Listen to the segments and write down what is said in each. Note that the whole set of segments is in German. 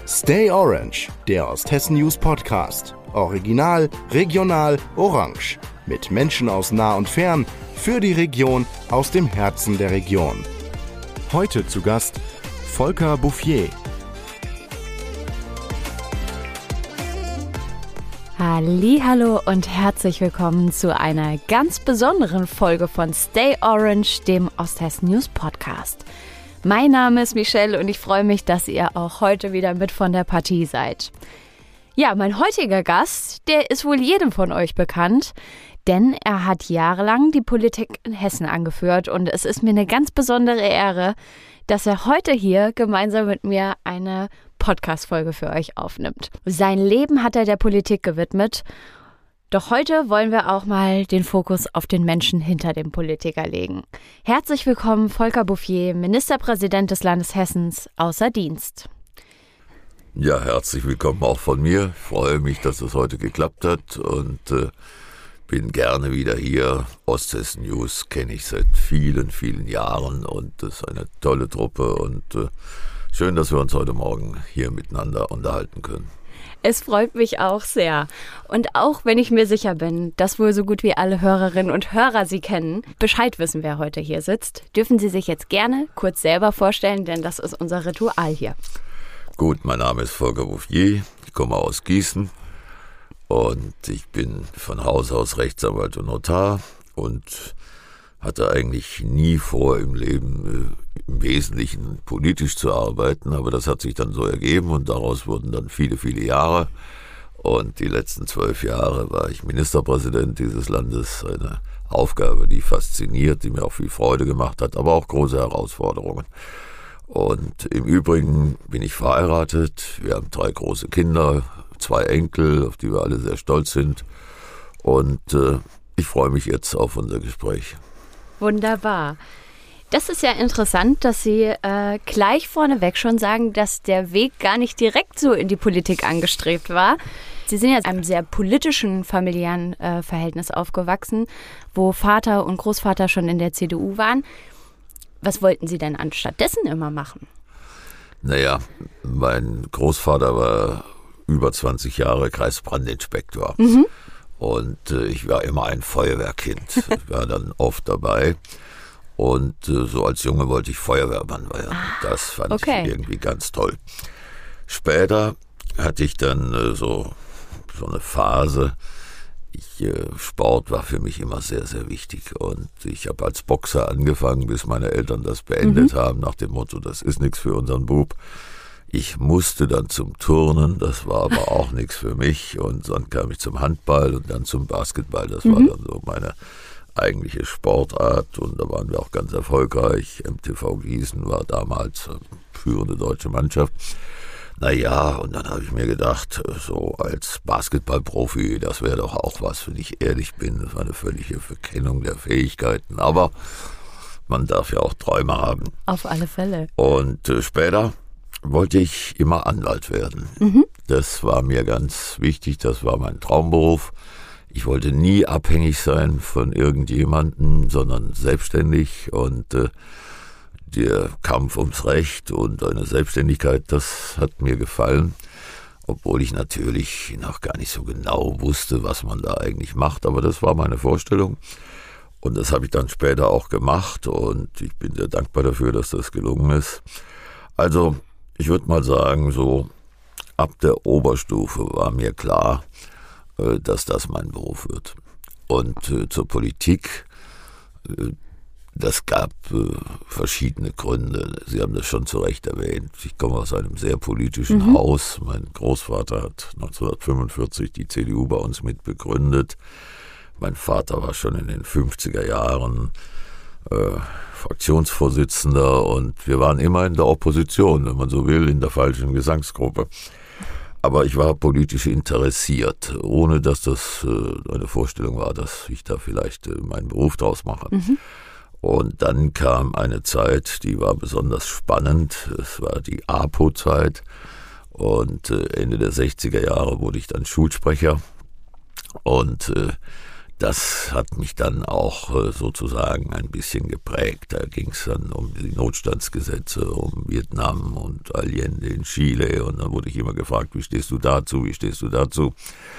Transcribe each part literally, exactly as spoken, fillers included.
Stay Orange, der Osthessen News Podcast. Original, regional, orange. Mit Menschen aus nah und fern, für die Region, aus dem Herzen der Region. Heute zu Gast Volker Bouffier. Hallihallo und herzlich willkommen zu einer ganz besonderen Folge von Stay Orange, dem Osthessen News Podcast. Mein Name ist Michelle und ich freue mich, dass ihr auch heute wieder mit von der Partie seid. Ja, mein heutiger Gast, der ist wohl jedem von euch bekannt, denn er hat jahrelang die Politik in Hessen angeführt und es ist mir eine ganz besondere Ehre, dass er heute hier gemeinsam mit mir eine Podcast-Folge für euch aufnimmt. Sein Leben hat er der Politik gewidmet, doch heute wollen wir auch mal den Fokus auf den Menschen hinter dem Politiker legen. Herzlich willkommen, Volker Bouffier, Ministerpräsident des Landes Hessens, außer Dienst. Ja, herzlich willkommen auch von mir. Ich freue mich, dass es heute geklappt hat und äh, bin gerne wieder hier. Osthessen News kenne ich seit vielen, vielen Jahren und das ist eine tolle Truppe und äh, schön, dass wir uns heute Morgen hier miteinander unterhalten können. Es freut mich auch sehr. Und auch wenn ich mir sicher bin, dass wohl so gut wie alle Hörerinnen und Hörer Sie kennen, Bescheid wissen, wer heute hier sitzt, dürfen Sie sich jetzt gerne kurz selber vorstellen, denn das ist unser Ritual hier. Gut, mein Name ist Volker Bouffier, ich komme aus Gießen und ich bin von Haus aus Rechtsanwalt und Notar und hatte eigentlich nie vor, im Leben äh, im Wesentlichen politisch zu arbeiten, aber das hat sich dann so ergeben und daraus wurden dann viele, viele Jahre. Und die letzten zwölf Jahre war ich Ministerpräsident dieses Landes, eine Aufgabe, die fasziniert, die mir auch viel Freude gemacht hat, aber auch große Herausforderungen. Und im Übrigen bin ich verheiratet, wir haben drei große Kinder, zwei Enkel, auf die wir alle sehr stolz sind und äh, ich freue mich jetzt auf unser Gespräch. Wunderbar. Das ist ja interessant, dass Sie äh, gleich vorneweg schon sagen, dass der Weg gar nicht direkt so in die Politik angestrebt war. Sie sind ja in einem sehr politischen familiären äh, Verhältnis aufgewachsen, wo Vater und Großvater schon in der C D U waren. Was wollten Sie denn anstattdessen immer machen? Naja, mein Großvater war über zwanzig Jahre Kreisbrandinspektor. Mhm. Und äh, ich war immer ein Feuerwehrkind, ich war dann oft dabei und äh, so als Junge wollte ich Feuerwehrmann werden. Ah, das fand okay. ich irgendwie ganz toll. Später hatte ich dann äh, so, so eine Phase, ich, äh, Sport war für mich immer sehr, sehr wichtig und ich habe als Boxer angefangen, bis meine Eltern das beendet mhm. haben, nach dem Motto, das ist nichts für unseren Bub. Ich musste dann zum Turnen, das war aber auch nichts für mich und dann kam ich zum Handball und dann zum Basketball, das mhm. war dann so meine eigentliche Sportart und da waren wir auch ganz erfolgreich. M T V Gießen war damals führende deutsche Mannschaft. Naja, und dann habe ich mir gedacht, so als Basketballprofi, das wäre doch auch was, wenn ich ehrlich bin, das war eine völlige Verkennung der Fähigkeiten, aber man darf ja auch Träume haben. Auf alle Fälle. Und äh, später wollte ich immer Anwalt werden. Mhm. Das war mir ganz wichtig, das war mein Traumberuf. Ich wollte nie abhängig sein von irgendjemandem, sondern selbstständig und äh, der Kampf ums Recht und eine Selbstständigkeit, das hat mir gefallen, obwohl ich natürlich noch gar nicht so genau wusste, was man da eigentlich macht, aber das war meine Vorstellung und das habe ich dann später auch gemacht und ich bin sehr dankbar dafür, dass das gelungen ist. Also ich würde mal sagen, so ab der Oberstufe war mir klar, äh, dass das mein Beruf wird. Und äh, zur Politik, äh, das gab äh, verschiedene Gründe. Sie haben das schon zu Recht erwähnt. Ich komme aus einem sehr politischen mhm. Haus. Mein Großvater hat neunzehnhundertfünfundvierzig die C D U bei uns mit begründet. Mein Vater war schon in den fünfziger Jahren Äh, Fraktionsvorsitzender und wir waren immer in der Opposition, wenn man so will, in der falschen Gesangsgruppe. Aber ich war politisch interessiert, ohne dass das äh, eine Vorstellung war, dass ich da vielleicht äh, meinen Beruf draus mache. Mhm. Und dann kam eine Zeit, die war besonders spannend. Es war die APO-Zeit und äh, Ende der sechziger Jahre wurde ich dann Schulsprecher und äh, das hat mich dann auch äh, sozusagen ein bisschen geprägt. Da ging es dann um die Notstandsgesetze, um Vietnam und Allende in Chile. Und dann wurde ich immer gefragt, wie stehst du dazu, wie stehst du dazu?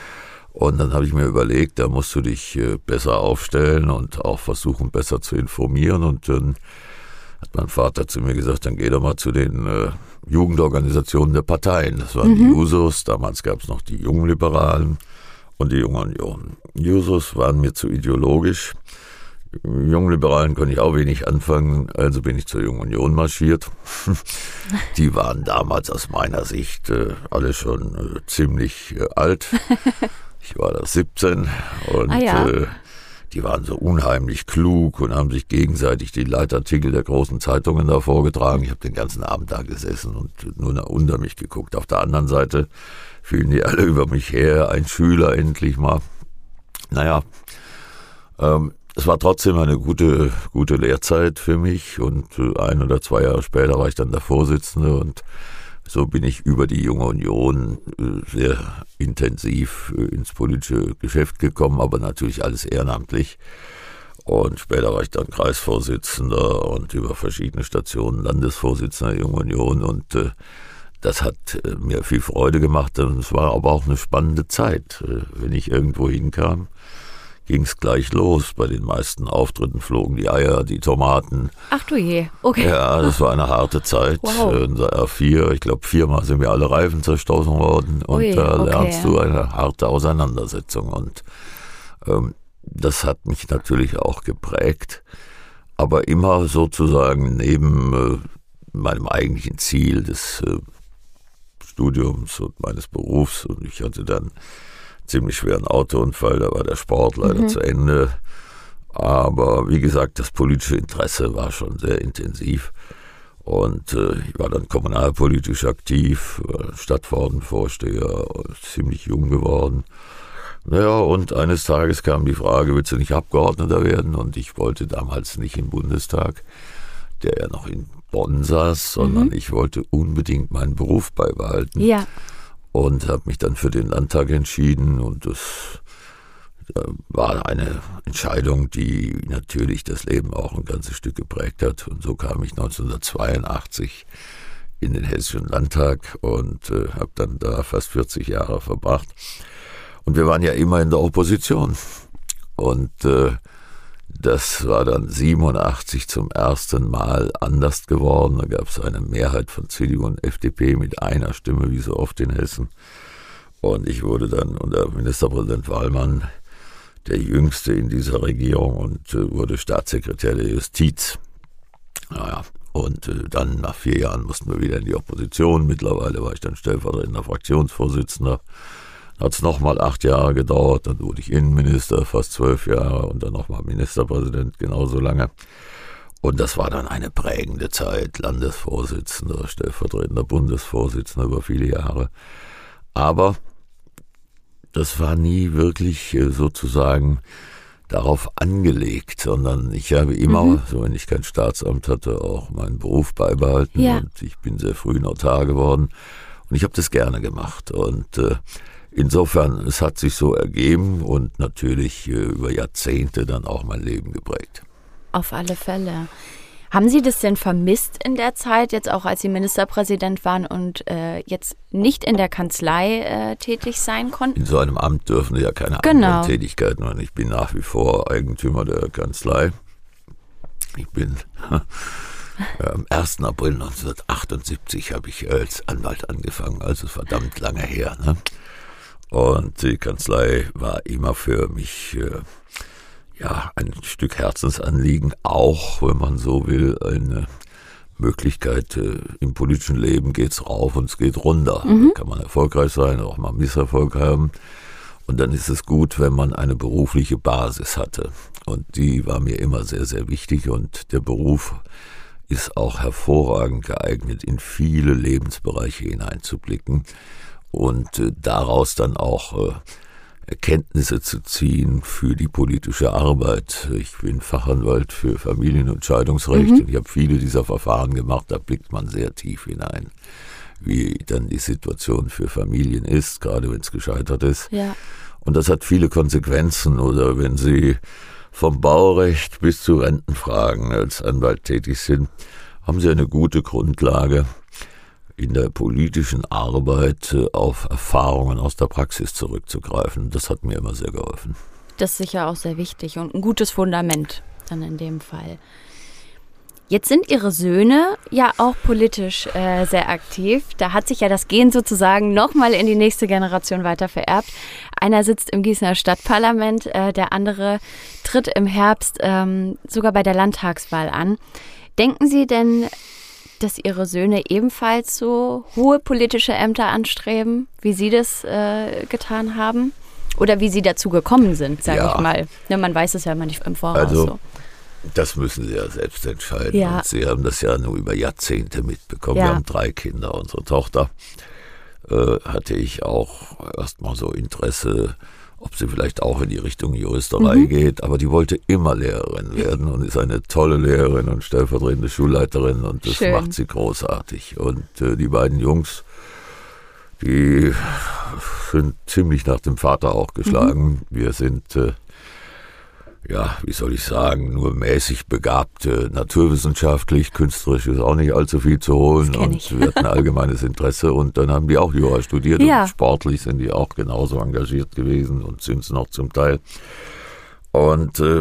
Und dann habe ich mir überlegt, da musst du dich äh, besser aufstellen und auch versuchen, besser zu informieren. Und dann hat mein Vater zu mir gesagt, dann geh doch mal zu den äh, Jugendorganisationen der Parteien. Das waren mhm. die Jusos, damals gab es noch die Jungliberalen und die Junge Union. Jusos waren mir zu ideologisch. Jungliberalen konnte ich auch wenig anfangen, also bin ich zur Jungen Union marschiert. Die waren damals aus meiner Sicht äh, alle schon äh, ziemlich äh, alt. Ich war da siebzehn und ah ja. äh, die waren so unheimlich klug und haben sich gegenseitig die Leitartikel der großen Zeitungen da vorgetragen. Ich habe den ganzen Abend da gesessen und nur unter mich geguckt. Auf der anderen Seite fielen die alle über mich her, ein Schüler endlich mal. Naja, ähm, es war trotzdem eine gute, gute Lehrzeit für mich und äh, ein oder zwei Jahre später war ich dann der Vorsitzende und so bin ich über die Junge Union äh, sehr intensiv äh, ins politische Geschäft gekommen, aber natürlich alles ehrenamtlich. Und später war ich dann Kreisvorsitzender und über verschiedene Stationen Landesvorsitzender der Jungen Union und äh, das hat äh, mir viel Freude gemacht und es war aber auch eine spannende Zeit. Äh, wenn ich irgendwo hinkam, ging es gleich los. Bei den meisten Auftritten flogen die Eier, die Tomaten. Ach du je, okay. Ja, das war eine harte Zeit. Wow. Unser R vier, ich glaube viermal sind mir alle Reifen zerstoßen worden. Und Ui, da okay, lernst ja. du eine harte Auseinandersetzung. Und ähm, das hat mich natürlich auch geprägt. Aber immer sozusagen neben äh, meinem eigentlichen Ziel des äh, Studiums und meines Berufs. Und ich hatte dann ziemlich schweren Autounfall, da war der Sport leider mhm. zu Ende. Aber wie gesagt, das politische Interesse war schon sehr intensiv. Und äh, ich war dann kommunalpolitisch aktiv, Stadtverordnetenvorsteher, ziemlich jung geworden. Naja, und eines Tages kam die Frage, willst du nicht Abgeordneter werden? Und ich wollte damals nicht im Bundestag, der ja noch in Bonn saß, sondern mhm. ich wollte unbedingt meinen Beruf beibehalten. Ja. Und habe mich dann für den Landtag entschieden und das äh, war eine Entscheidung, die natürlich das Leben auch ein ganzes Stück geprägt hat. Und so kam ich neunzehnhundertzweiundachtzig in den Hessischen Landtag und äh, habe dann da fast vierzig Jahre verbracht. Und wir waren ja immer in der Opposition. Und äh, das war dann siebenundachtzig zum ersten Mal anders geworden. Da gab es eine Mehrheit von C D U und F D P mit einer Stimme, wie so oft in Hessen. Und ich wurde dann unter Ministerpräsident Wallmann der Jüngste in dieser Regierung und äh, wurde Staatssekretär der Justiz. Naja, und äh, dann nach vier Jahren mussten wir wieder in die Opposition. Mittlerweile war ich dann stellvertretender Fraktionsvorsitzender. Hat es nochmal acht Jahre gedauert, dann wurde ich Innenminister, fast zwölf Jahre und dann nochmal Ministerpräsident, genauso lange. Und das war dann eine prägende Zeit, Landesvorsitzender, stellvertretender Bundesvorsitzender über viele Jahre. Aber das war nie wirklich sozusagen darauf angelegt, sondern ich habe immer, mhm. so wenn ich kein Staatsamt hatte, auch meinen Beruf beibehalten ja. und ich bin sehr früh Notar geworden und ich habe das gerne gemacht und äh, insofern, es hat sich so ergeben und natürlich äh, über Jahrzehnte dann auch mein Leben geprägt. Auf alle Fälle. Haben Sie das denn vermisst in der Zeit, jetzt auch als Sie Ministerpräsident waren und äh, jetzt nicht in der Kanzlei äh, tätig sein konnten? In so einem Amt dürfen Sie ja keine genau. anderen Tätigkeiten machen. Ich bin nach wie vor Eigentümer der Kanzlei. Ich bin... Am ersten April neunzehnhundertachtundsiebzig habe ich als Anwalt angefangen, also verdammt lange her. Ne? Und die Kanzlei war immer für mich äh, ja ein Stück Herzensanliegen, auch wenn man so will, eine Möglichkeit. Äh, im politischen Leben geht's rauf und es geht runter. Mhm. Da kann man erfolgreich sein, auch mal Misserfolg haben. Und dann ist es gut, wenn man eine berufliche Basis hatte. Und die war mir immer sehr, sehr wichtig. Und der Beruf ist auch hervorragend geeignet, in viele Lebensbereiche hineinzublicken und äh, daraus dann auch äh, Erkenntnisse zu ziehen für die politische Arbeit. Ich bin Fachanwalt für Familien- und Scheidungsrecht mhm. und ich habe viele dieser Verfahren gemacht, da blickt man sehr tief hinein, wie dann die Situation für Familien ist, gerade wenn es gescheitert ist. Ja. Und das hat viele Konsequenzen. Oder wenn Sie vom Baurecht bis zu Rentenfragen als Anwalt tätig sind, haben Sie eine gute Grundlage, in der politischen Arbeit auf Erfahrungen aus der Praxis zurückzugreifen. Das hat mir immer sehr geholfen. Das ist sicher auch sehr wichtig und ein gutes Fundament dann in dem Fall. Jetzt sind Ihre Söhne ja auch politisch äh, sehr aktiv. Da hat sich ja das Gen sozusagen nochmal in die nächste Generation weiter vererbt. Einer sitzt im Gießener Stadtparlament, äh, der andere tritt im Herbst ähm, sogar bei der Landtagswahl an. Denken Sie denn, dass Ihre Söhne ebenfalls so hohe politische Ämter anstreben, wie Sie das äh, getan haben? Oder wie Sie dazu gekommen sind, sage ja. ich mal. Ja, man weiß es ja immer nicht im Voraus. Also, so. Das müssen Sie ja selbst entscheiden. Ja. Und Sie haben das ja nur über Jahrzehnte mitbekommen. Ja. Wir haben drei Kinder. Unsere Tochter äh, hatte ich auch erstmal so Interesse, ob sie vielleicht auch in die Richtung Juristerei mhm. geht. Aber die wollte immer Lehrerin werden und ist eine tolle Lehrerin und stellvertretende Schulleiterin. Und das Schön. macht sie großartig. Und äh, die beiden Jungs, die sind ziemlich nach dem Vater auch geschlagen. Mhm. Wir sind, äh, ja, wie soll ich sagen, nur mäßig begabt, äh, naturwissenschaftlich, künstlerisch ist auch nicht allzu viel zu holen. Und ich. wir hatten allgemeines Interesse und dann haben die auch Jura studiert ja. und sportlich sind die auch genauso engagiert gewesen und sind es noch zum Teil. Und äh,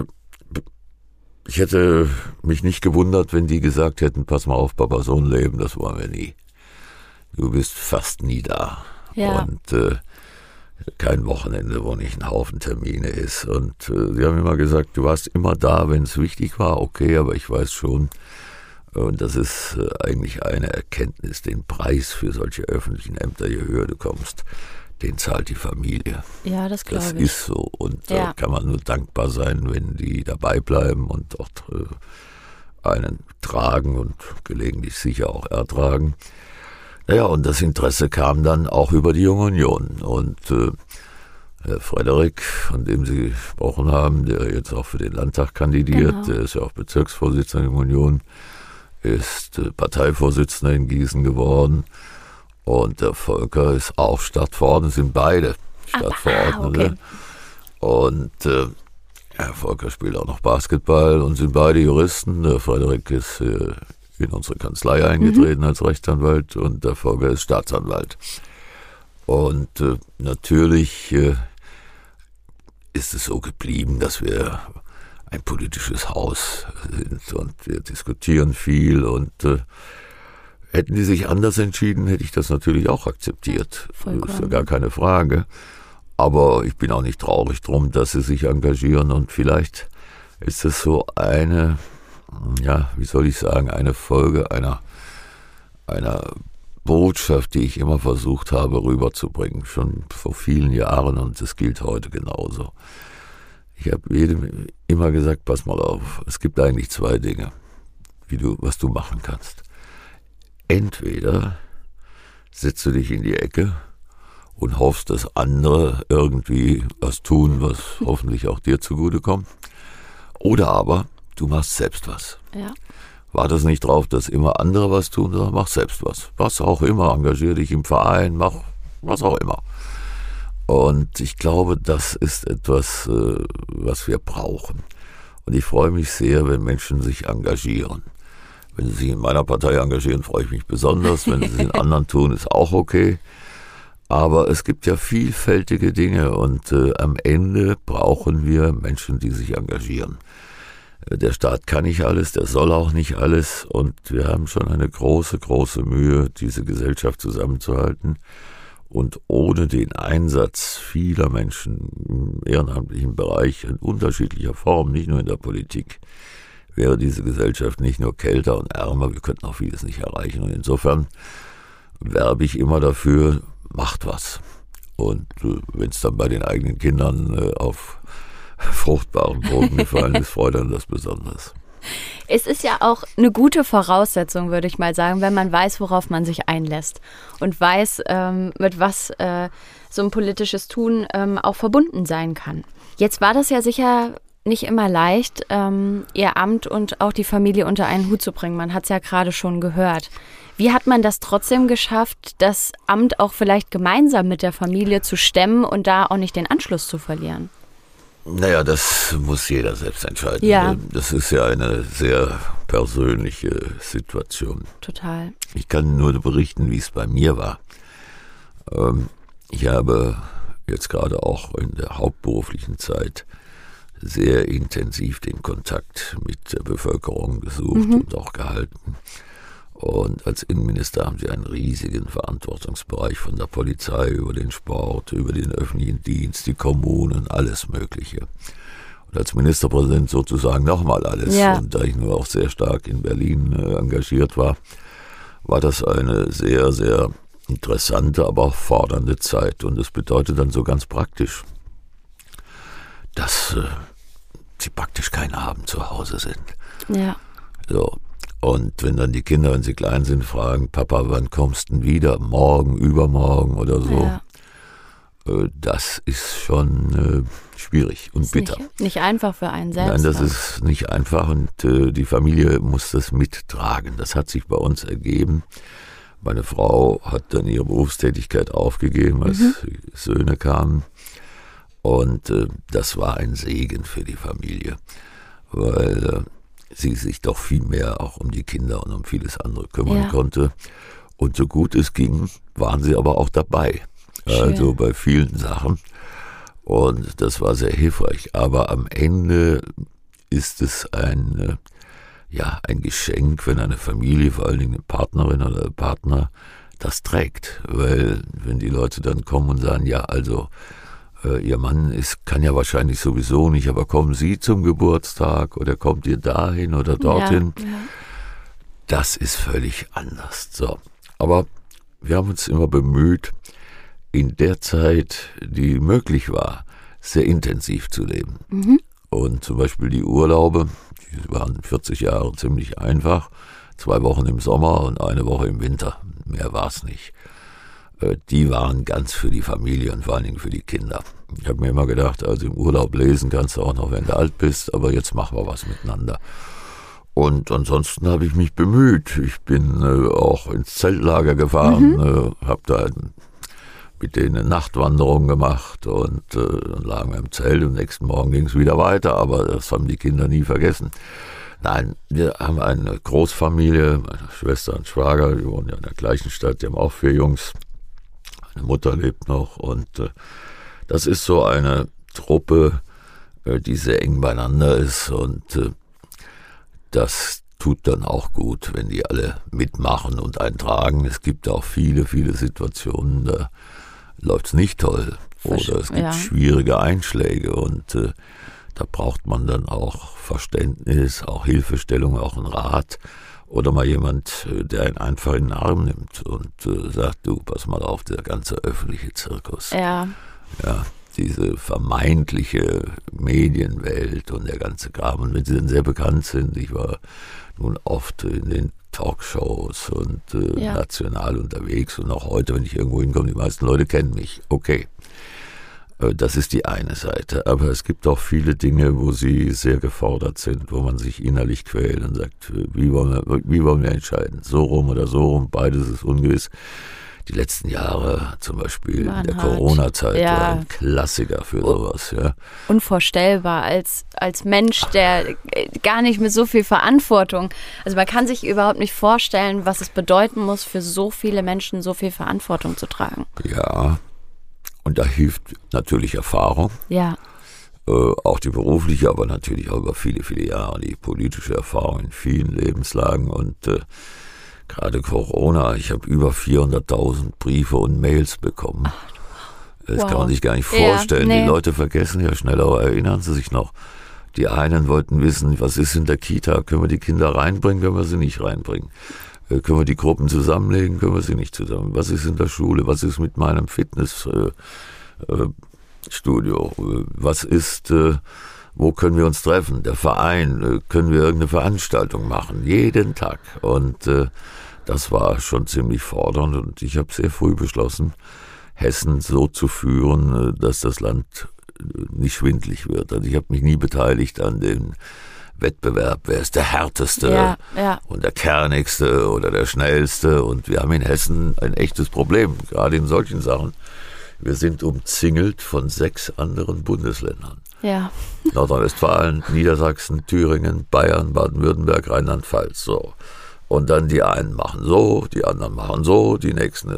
ich hätte mich nicht gewundert, wenn die gesagt hätten, pass mal auf, Papa, so ein Leben, das wollen wir nie. Du bist fast nie da. Ja. Und äh, kein Wochenende, wo nicht ein Haufen Termine ist. Und äh, sie haben immer gesagt, du warst immer da, wenn es wichtig war. Okay, aber ich weiß schon, und das ist äh, eigentlich eine Erkenntnis, den Preis für solche öffentlichen Ämter, je höher du kommst, den zahlt die Familie. Ja, das glaube ich. Das ist so. Und ja. da kann man nur dankbar sein, wenn die dabei bleiben und auch äh, einen tragen und gelegentlich sicher auch ertragen. Ja, und das Interesse kam dann auch über die Junge Union. Und äh, Herr Frederik, von dem Sie gesprochen haben, der jetzt auch für den Landtag kandidiert, genau. Der ist ja auch Bezirksvorsitzender der Union, ist äh, Parteivorsitzender in Gießen geworden. Und der Volker ist auch Stadtverordneter, sind beide Stadtverordnete. Ah, okay. Und äh, Herr Volker spielt auch noch Basketball und sind beide Juristen. Der Frederik ist äh, in unsere Kanzlei eingetreten mhm. als Rechtsanwalt und der Volker ist Staatsanwalt. Und äh, natürlich äh, ist es so geblieben, dass wir ein politisches Haus sind und wir diskutieren viel und äh, hätten die sich anders entschieden, hätte ich das natürlich auch akzeptiert. Vollkommen. Das ist ja gar keine Frage. Aber ich bin auch nicht traurig drum, dass sie sich engagieren und vielleicht ist es so eine, ja, wie soll ich sagen, eine Folge einer, einer Botschaft, die ich immer versucht habe rüberzubringen, schon vor vielen Jahren und das gilt heute genauso. Ich habe jedem immer gesagt, pass mal auf, es gibt eigentlich zwei Dinge, wie du, was du machen kannst. Entweder setzt du dich in die Ecke und hoffst, dass andere irgendwie was tun, was hoffentlich auch dir zugutekommt. Oder aber du machst selbst was. Ja. Warte es nicht drauf, dass immer andere was tun, sondern mach selbst was. Was auch immer, engagier dich im Verein, mach was auch immer. Und ich glaube, das ist etwas, was wir brauchen. Und ich freue mich sehr, wenn Menschen sich engagieren. Wenn sie sich in meiner Partei engagieren, freue ich mich besonders. Wenn sie es in anderen tun, ist auch okay. Aber es gibt ja vielfältige Dinge und äh, am Ende brauchen wir Menschen, die sich engagieren. Der Staat kann nicht alles, der soll auch nicht alles und wir haben schon eine große, große Mühe, diese Gesellschaft zusammenzuhalten. Und ohne den Einsatz vieler Menschen im ehrenamtlichen Bereich in unterschiedlicher Form, nicht nur in der Politik, wäre diese Gesellschaft nicht nur kälter und ärmer, wir könnten auch vieles nicht erreichen. Und insofern werbe ich immer dafür, macht was. Und äh, wenn es dann bei den eigenen Kindern äh, auf fruchtbaren Boden gefallen ist, freut dann das besonders. Es ist ja auch eine gute Voraussetzung, würde ich mal sagen, wenn man weiß, worauf man sich einlässt und weiß, ähm, mit was äh, so ein politisches Tun ähm, auch verbunden sein kann. Jetzt war das ja sicher nicht immer leicht, ähm, ihr Amt und auch die Familie unter einen Hut zu bringen. Man hat es ja gerade schon gehört. Wie hat man das trotzdem geschafft, das Amt auch vielleicht gemeinsam mit der Familie zu stemmen und da auch nicht den Anschluss zu verlieren? Naja, das muss jeder selbst entscheiden. Ja. Das ist ja eine sehr persönliche Situation. Total. Ich kann nur berichten, wie es bei mir war. Ich habe jetzt gerade auch in der hauptberuflichen Zeit sehr intensiv den Kontakt mit der Bevölkerung gesucht mhm. und auch gehalten. Und als Innenminister haben sie einen riesigen Verantwortungsbereich von der Polizei über den Sport, über den öffentlichen Dienst, die Kommunen, alles Mögliche. Und als Ministerpräsident sozusagen nochmal alles. Ja. Und da ich nur auch sehr stark in Berlin äh, engagiert war, war das eine sehr, sehr interessante, aber auch fordernde Zeit. Und das bedeutet dann so ganz praktisch, dass äh, sie praktisch keinen Abend zu Hause sind. Ja. So. Und wenn dann die Kinder, wenn sie klein sind, fragen, Papa, wann kommst du denn wieder? Morgen, übermorgen oder so. Ja. Äh, das ist schon äh, schwierig und ist bitter. Nicht, nicht einfach für einen selbst. Nein, das auch. ist nicht einfach und äh, die Familie muss das mittragen. Das hat sich bei uns ergeben. Meine Frau hat dann ihre Berufstätigkeit aufgegeben, als mhm. Söhne kamen. Und äh, das war ein Segen für die Familie, weil äh, sie sich doch viel mehr auch um die Kinder und um vieles andere kümmern ja. konnte. Und so gut es ging, waren sie aber auch dabei. Schön. Also bei vielen Sachen. Und das war sehr hilfreich. Aber am Ende ist es ein, ja, ein Geschenk, wenn eine Familie, vor allen Dingen eine Partnerin oder ein Partner, das trägt. Weil wenn die Leute dann kommen und sagen, ja, also Ihr Mann ist, kann ja wahrscheinlich sowieso nicht, aber kommen Sie zum Geburtstag oder kommt ihr dahin oder dorthin? Ja, ja. Das ist völlig anders. So. Aber wir haben uns immer bemüht, in der Zeit, die möglich war, sehr intensiv zu leben. Mhm. Und zum Beispiel die Urlaube, die waren vierzig Jahre ziemlich einfach, zwei Wochen im Sommer und eine Woche im Winter. Mehr war es nicht. Die waren ganz für die Familie und vor allen Dingen für die Kinder. Ich habe mir immer gedacht, also im Urlaub lesen kannst du auch noch, wenn du alt bist, aber jetzt machen wir was miteinander. Und ansonsten habe ich mich bemüht. Ich bin äh, auch ins Zeltlager gefahren, mhm. äh, habe da mit denen eine Nachtwanderung gemacht und äh, dann lagen wir im Zelt. Am nächsten Morgen ging es wieder weiter, aber das haben die Kinder nie vergessen. Nein, wir haben eine Großfamilie, meine Schwester und Schwager, die wohnen ja in der gleichen Stadt, die haben auch vier Jungs. Meine Mutter lebt noch und äh, das ist so eine Truppe, äh, die sehr eng beieinander ist und äh, das tut dann auch gut, wenn die alle mitmachen und eintragen. Es gibt auch viele, viele Situationen, da läuft es nicht toll oder es gibt ja. schwierige Einschläge und äh, da braucht man dann auch Verständnis, auch Hilfestellung, auch einen Rat. Oder mal jemand, der einen einfach in den Arm nimmt und äh, sagt, du, pass mal auf, der ganze öffentliche Zirkus. Ja. Ja, diese vermeintliche Medienwelt und der ganze Kram. Und wenn sie dann sehr bekannt sind, ich war nun oft in den Talkshows und äh, ja. national unterwegs und auch heute, wenn ich irgendwo hinkomme, die meisten Leute kennen mich. Okay. Das ist die eine Seite, aber es gibt auch viele Dinge, wo sie sehr gefordert sind, wo man sich innerlich quält und sagt, wie wollen wir, wie wollen wir entscheiden, so rum oder so rum, beides ist ungewiss. Die letzten Jahre, zum Beispiel in der Corona-Zeit, ja. war ein Klassiker für sowas. Ja. Unvorstellbar als, als Mensch, der gar nicht mit so viel Verantwortung, also man kann sich überhaupt nicht vorstellen, was es bedeuten muss, für so viele Menschen so viel Verantwortung zu tragen. Ja. Und da hilft natürlich Erfahrung, ja. äh, auch die berufliche, aber natürlich auch über viele, viele Jahre die politische Erfahrung in vielen Lebenslagen. Und äh, gerade Corona, ich habe über vierhunderttausend Briefe und Mails bekommen. Ach, das wow. kann man sich gar nicht vorstellen. Ja, nee. Die Leute vergessen ja schnell, aber erinnern sie sich noch. Die einen wollten wissen, was ist in der Kita? Können wir die Kinder reinbringen, können wir sie nicht reinbringen? Können wir die Gruppen zusammenlegen, können wir sie nicht zusammen? Was ist in der Schule? Was ist mit meinem Fitnessstudio? Äh, äh, Was ist, äh, wo können wir uns treffen? Der Verein, äh, können wir irgendeine Veranstaltung machen? Jeden Tag. Und äh, das war schon ziemlich fordernd und ich habe sehr früh beschlossen, Hessen so zu führen, äh, dass das Land nicht schwindlig wird. Also ich habe mich nie beteiligt an den Wettbewerb, wer ist der härteste ja, ja. und der kernigste oder der schnellste. Und wir haben in Hessen ein echtes Problem, gerade in solchen Sachen. Wir sind umzingelt von sechs anderen Bundesländern. Ja. Nordrhein-Westfalen, Niedersachsen, Thüringen, Bayern, Baden-Württemberg, Rheinland-Pfalz. So. Und dann die einen machen so, die anderen machen so, die nächsten.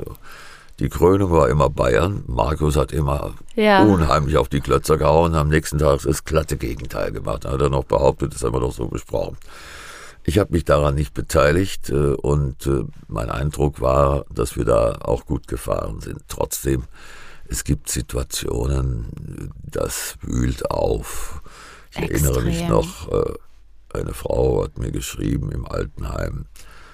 Die Krönung war immer Bayern. Markus hat immer ja. unheimlich auf die Klötzer gehauen. Am nächsten Tag ist das glatte Gegenteil gemacht. Da hat er noch behauptet, das haben wir doch so besprochen. Ich habe mich daran nicht beteiligt und mein Eindruck war, dass wir da auch gut gefahren sind. Trotzdem, es gibt Situationen, das wühlt auf. Ich Extrem. erinnere mich noch, eine Frau hat mir geschrieben im Altenheim,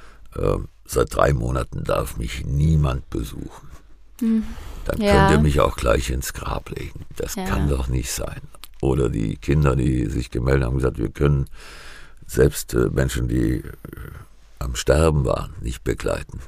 seit drei Monaten darf mich niemand besuchen. Hm. Dann ja. könnt ihr mich auch gleich ins Grab legen. Das ja. kann doch nicht sein. Oder die Kinder, die sich gemeldet haben, gesagt, wir können selbst äh, Menschen, die äh, am Sterben waren, nicht begleiten.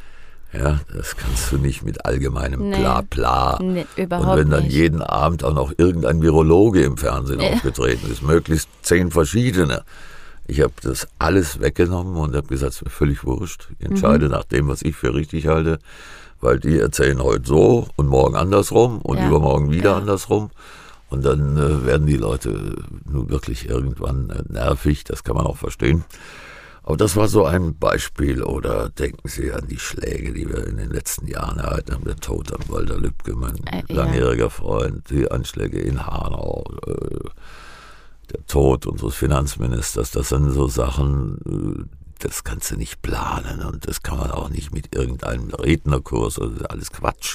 Ja, das kannst du nicht mit allgemeinem nee. Bla-Bla. Nee, überhaupt Und wenn dann nicht. jeden Abend auch noch irgendein Virologe im Fernsehen ja. aufgetreten ist, möglichst zehn verschiedene. Ich habe das alles weggenommen und habe gesagt, es ist mir völlig wurscht. Ich entscheide mhm. nach dem, was ich für richtig halte, weil die erzählen heute so und morgen andersrum und ja. übermorgen wieder ja. andersrum. Und dann äh, werden die Leute nun wirklich irgendwann äh, nervig, das kann man auch verstehen. Aber das war so ein Beispiel. Oder denken Sie an die Schläge, die wir in den letzten Jahren erhalten haben. Der Tod an Walter Lübcke, mein äh, langjähriger ja. Freund, die Anschläge in Hanau, äh, der Tod unseres Finanzministers. Das sind so Sachen, das kannst du nicht planen und das kann man auch nicht mit irgendeinem Rednerkurs, das ist alles Quatsch.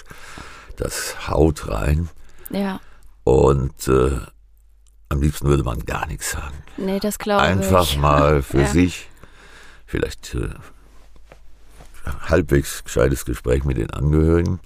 Das haut rein. Ja. Und äh, am liebsten würde man gar nichts sagen. Nee, das glaube ich. Einfach mal für ja. sich, vielleicht äh, halbwegs gescheites Gespräch mit den Angehörigen.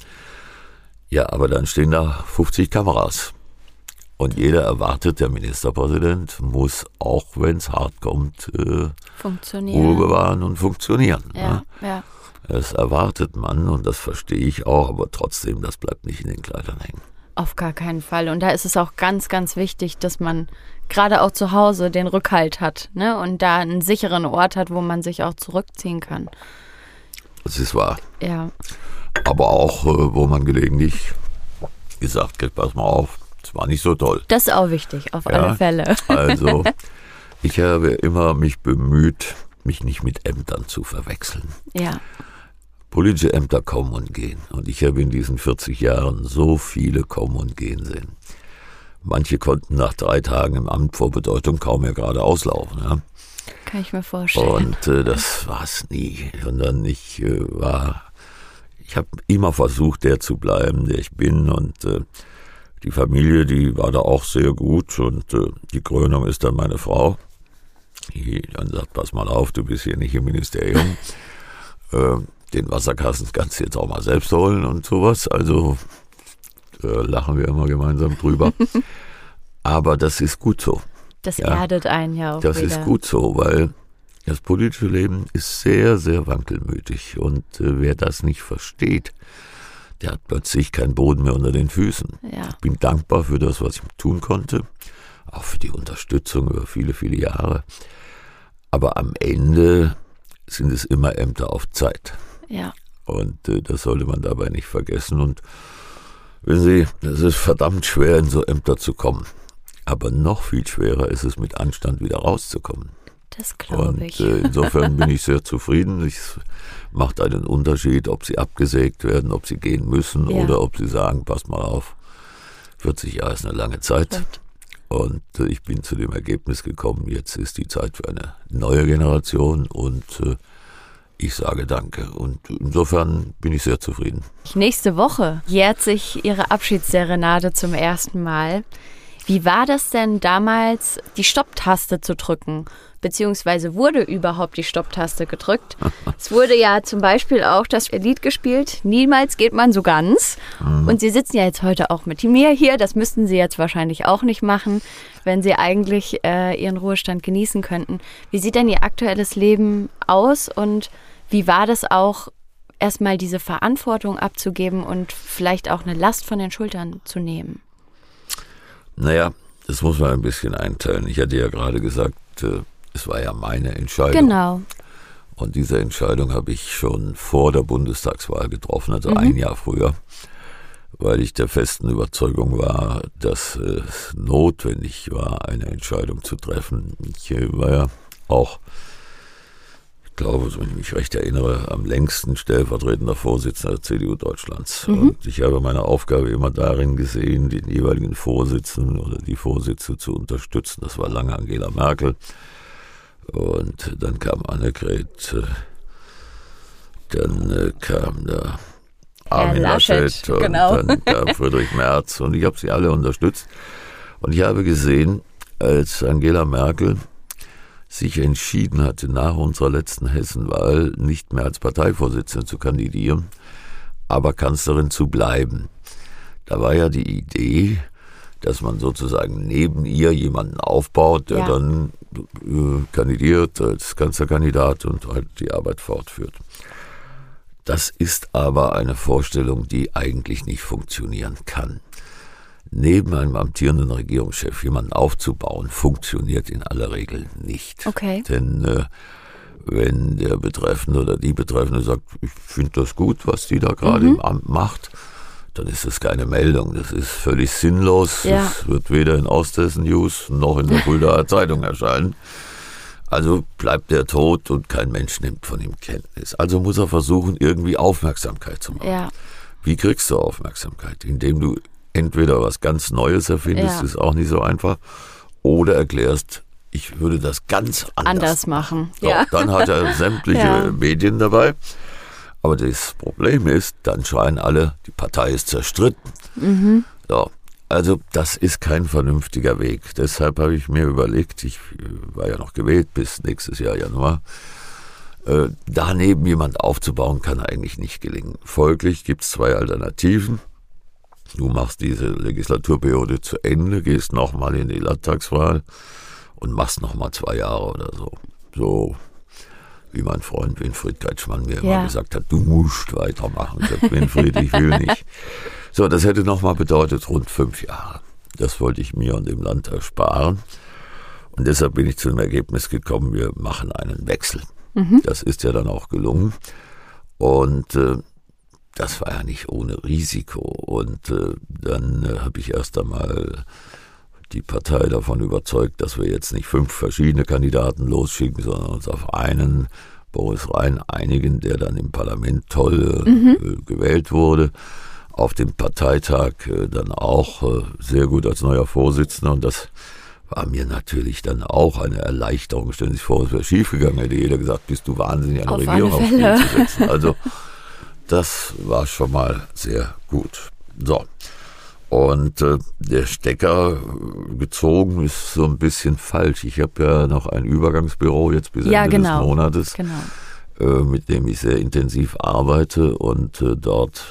Ja, aber dann stehen da fünfzig Kameras. Und jeder erwartet, der Ministerpräsident muss, auch wenn es hart kommt, äh, funktionieren. Ruhe bewahren und funktionieren. Ja, ja. Ja. Das erwartet man und das verstehe ich auch, aber trotzdem, das bleibt nicht in den Kleidern hängen. Auf gar keinen Fall. Und da ist es auch ganz, ganz wichtig, dass man gerade auch zu Hause den Rückhalt hat, ne? Und da einen sicheren Ort hat, wo man sich auch zurückziehen kann. Das ist wahr. Ja. Aber auch, wo man gelegentlich gesagt hat, pass mal auf, das war nicht so toll. Das ist auch wichtig, auf ja, alle Fälle. Also, ich habe immer mich bemüht, mich nicht mit Ämtern zu verwechseln. Ja. Politische Ämter kommen und gehen. Und ich habe in diesen vierzig Jahren so viele kommen und gehen sehen. Manche konnten nach drei Tagen im Amt vor Bedeutung kaum mehr gerade auslaufen. Ja? Kann ich mir vorstellen. Und äh, das war es nie. Sondern ich äh, war, ich habe immer versucht, der zu bleiben, der ich bin. Und äh, die Familie, die war da auch sehr gut. Und äh, die Krönung ist dann meine Frau. Die dann sagt, pass mal auf, du bist hier nicht im Ministerium. äh, Den Wasserkasten kannst du jetzt auch mal selbst holen und sowas. Also äh, lachen wir immer gemeinsam drüber. Aber das ist gut so. Das ja, erdet einen ja auch Das wieder. ist gut so, weil das politische Leben ist sehr, sehr wankelmütig. Und äh, wer das nicht versteht, der hat plötzlich keinen Boden mehr unter den Füßen. Ja. Ich bin dankbar für das, was ich tun konnte. Auch für die Unterstützung über viele, viele Jahre. Aber am Ende sind es immer Ämter auf Zeit. Ja. Und äh, das sollte man dabei nicht vergessen. Und wissen Sie, es ist verdammt schwer, in so Ämter zu kommen. Aber noch viel schwerer ist es, mit Anstand wieder rauszukommen. Das glaube ich. Und äh, insofern bin ich sehr zufrieden. Es macht einen Unterschied, ob sie abgesägt werden, ob sie gehen müssen ja. oder ob sie sagen, pass mal auf, vierzig Jahre ist eine lange Zeit. Gut. Und äh, ich bin zu dem Ergebnis gekommen, jetzt ist die Zeit für eine neue Generation und äh, ich sage danke. Und insofern bin ich sehr zufrieden. Nächste Woche jährt sich Ihre Abschiedsserenade zum ersten Mal. Wie war das denn damals, die Stopptaste zu drücken? Beziehungsweise wurde überhaupt die Stopptaste gedrückt? Es wurde ja zum Beispiel auch das Lied gespielt, Niemals geht man so ganz. Mhm. Und Sie sitzen ja jetzt heute auch mit mir hier. Das müssten Sie jetzt wahrscheinlich auch nicht machen, wenn Sie eigentlich äh, Ihren Ruhestand genießen könnten. Wie sieht denn Ihr aktuelles Leben aus und wie war das auch, erstmal diese Verantwortung abzugeben und vielleicht auch eine Last von den Schultern zu nehmen? Naja, das muss man ein bisschen einteilen. Ich hatte ja gerade gesagt, Und äh, es war ja meine Entscheidung. Genau. Und diese Entscheidung habe ich schon vor der Bundestagswahl getroffen, also Mhm. ein Jahr früher, weil ich der festen Überzeugung war, dass es notwendig war, eine Entscheidung zu treffen. Ich war ja auch, ich glaube, wenn ich mich recht erinnere, am längsten stellvertretender Vorsitzender der C D U Deutschlands. Mhm. Und ich habe meine Aufgabe immer darin gesehen, den jeweiligen Vorsitzenden oder die Vorsitzende zu unterstützen. Das war lange Angela Merkel. Und dann kam Annegret, dann äh, kam der Armin Laschet und genau. dann kam Friedrich Merz und ich habe sie alle unterstützt. Und ich habe gesehen, als Angela Merkel sich entschieden hatte, nach unserer letzten Hessenwahl nicht mehr als Parteivorsitzende zu kandidieren, aber Kanzlerin zu bleiben. Da war ja die Idee, dass man sozusagen neben ihr jemanden aufbaut, der ja. dann äh, kandidiert als Kanzlerkandidat und halt die Arbeit fortführt. Das ist aber eine Vorstellung, die eigentlich nicht funktionieren kann. Neben einem amtierenden Regierungschef jemanden aufzubauen, funktioniert in aller Regel nicht. Okay. Denn äh, wenn der Betreffende oder die Betreffende sagt, ich finde das gut, was die da gerade Mhm. im Amt macht, dann ist das keine Meldung. Das ist völlig sinnlos. Ja. Das wird weder in Osthessen News noch in der Fuldaer Zeitung erscheinen. Also bleibt er tot und kein Mensch nimmt von ihm Kenntnis. Also muss er versuchen, irgendwie Aufmerksamkeit zu machen. Ja. Wie kriegst du Aufmerksamkeit? Indem du entweder was ganz Neues erfindest, Ja. ist auch nicht so einfach, oder erklärst, ich würde das ganz anders, Anders machen. So, Ja. dann hat er sämtliche Ja. Medien dabei. Aber das Problem ist, dann schreien alle, die Partei ist zerstritten. Mhm. So, also das ist kein vernünftiger Weg. Deshalb habe ich mir überlegt, ich war ja noch gewählt bis nächstes Jahr Januar, äh, daneben jemand aufzubauen, kann eigentlich nicht gelingen. Folglich gibt es zwei Alternativen. Du machst diese Legislaturperiode zu Ende, gehst nochmal in die Landtagswahl und machst nochmal zwei Jahre oder so. So wie mein Freund Winfried Kretschmann mir Ja. immer gesagt hat, du musst weitermachen. Ich sag, Winfried, ich will nicht. So, das hätte nochmal bedeutet rund fünf Jahre. Das wollte ich mir und dem Land ersparen. Und deshalb bin ich zu dem Ergebnis gekommen, wir machen einen Wechsel. Mhm. Das ist ja dann auch gelungen. Und äh, das war ja nicht ohne Risiko. Und äh, dann äh, habe ich erst einmal die Partei davon überzeugt, dass wir jetzt nicht fünf verschiedene Kandidaten losschicken, sondern uns auf einen, Boris Rhein, einigen, der dann im Parlament toll äh, Mhm. gewählt wurde. Auf dem Parteitag äh, dann auch äh, sehr gut als neuer Vorsitzender. Und das war mir natürlich dann auch eine Erleichterung. Stellen Sie sich vor, es wäre schiefgegangen, hätte jeder gesagt, bist du wahnsinnig, eine Auf Regierung alle aufs Fälle. Spiel zu setzen. Also das war schon mal sehr gut. So. Und äh, der Stecker äh, gezogen ist so ein bisschen falsch. Ich habe ja noch ein Übergangsbüro jetzt bis Ja, Ende genau. des Monates, Genau. äh, mit dem ich sehr intensiv arbeite. Und äh, dort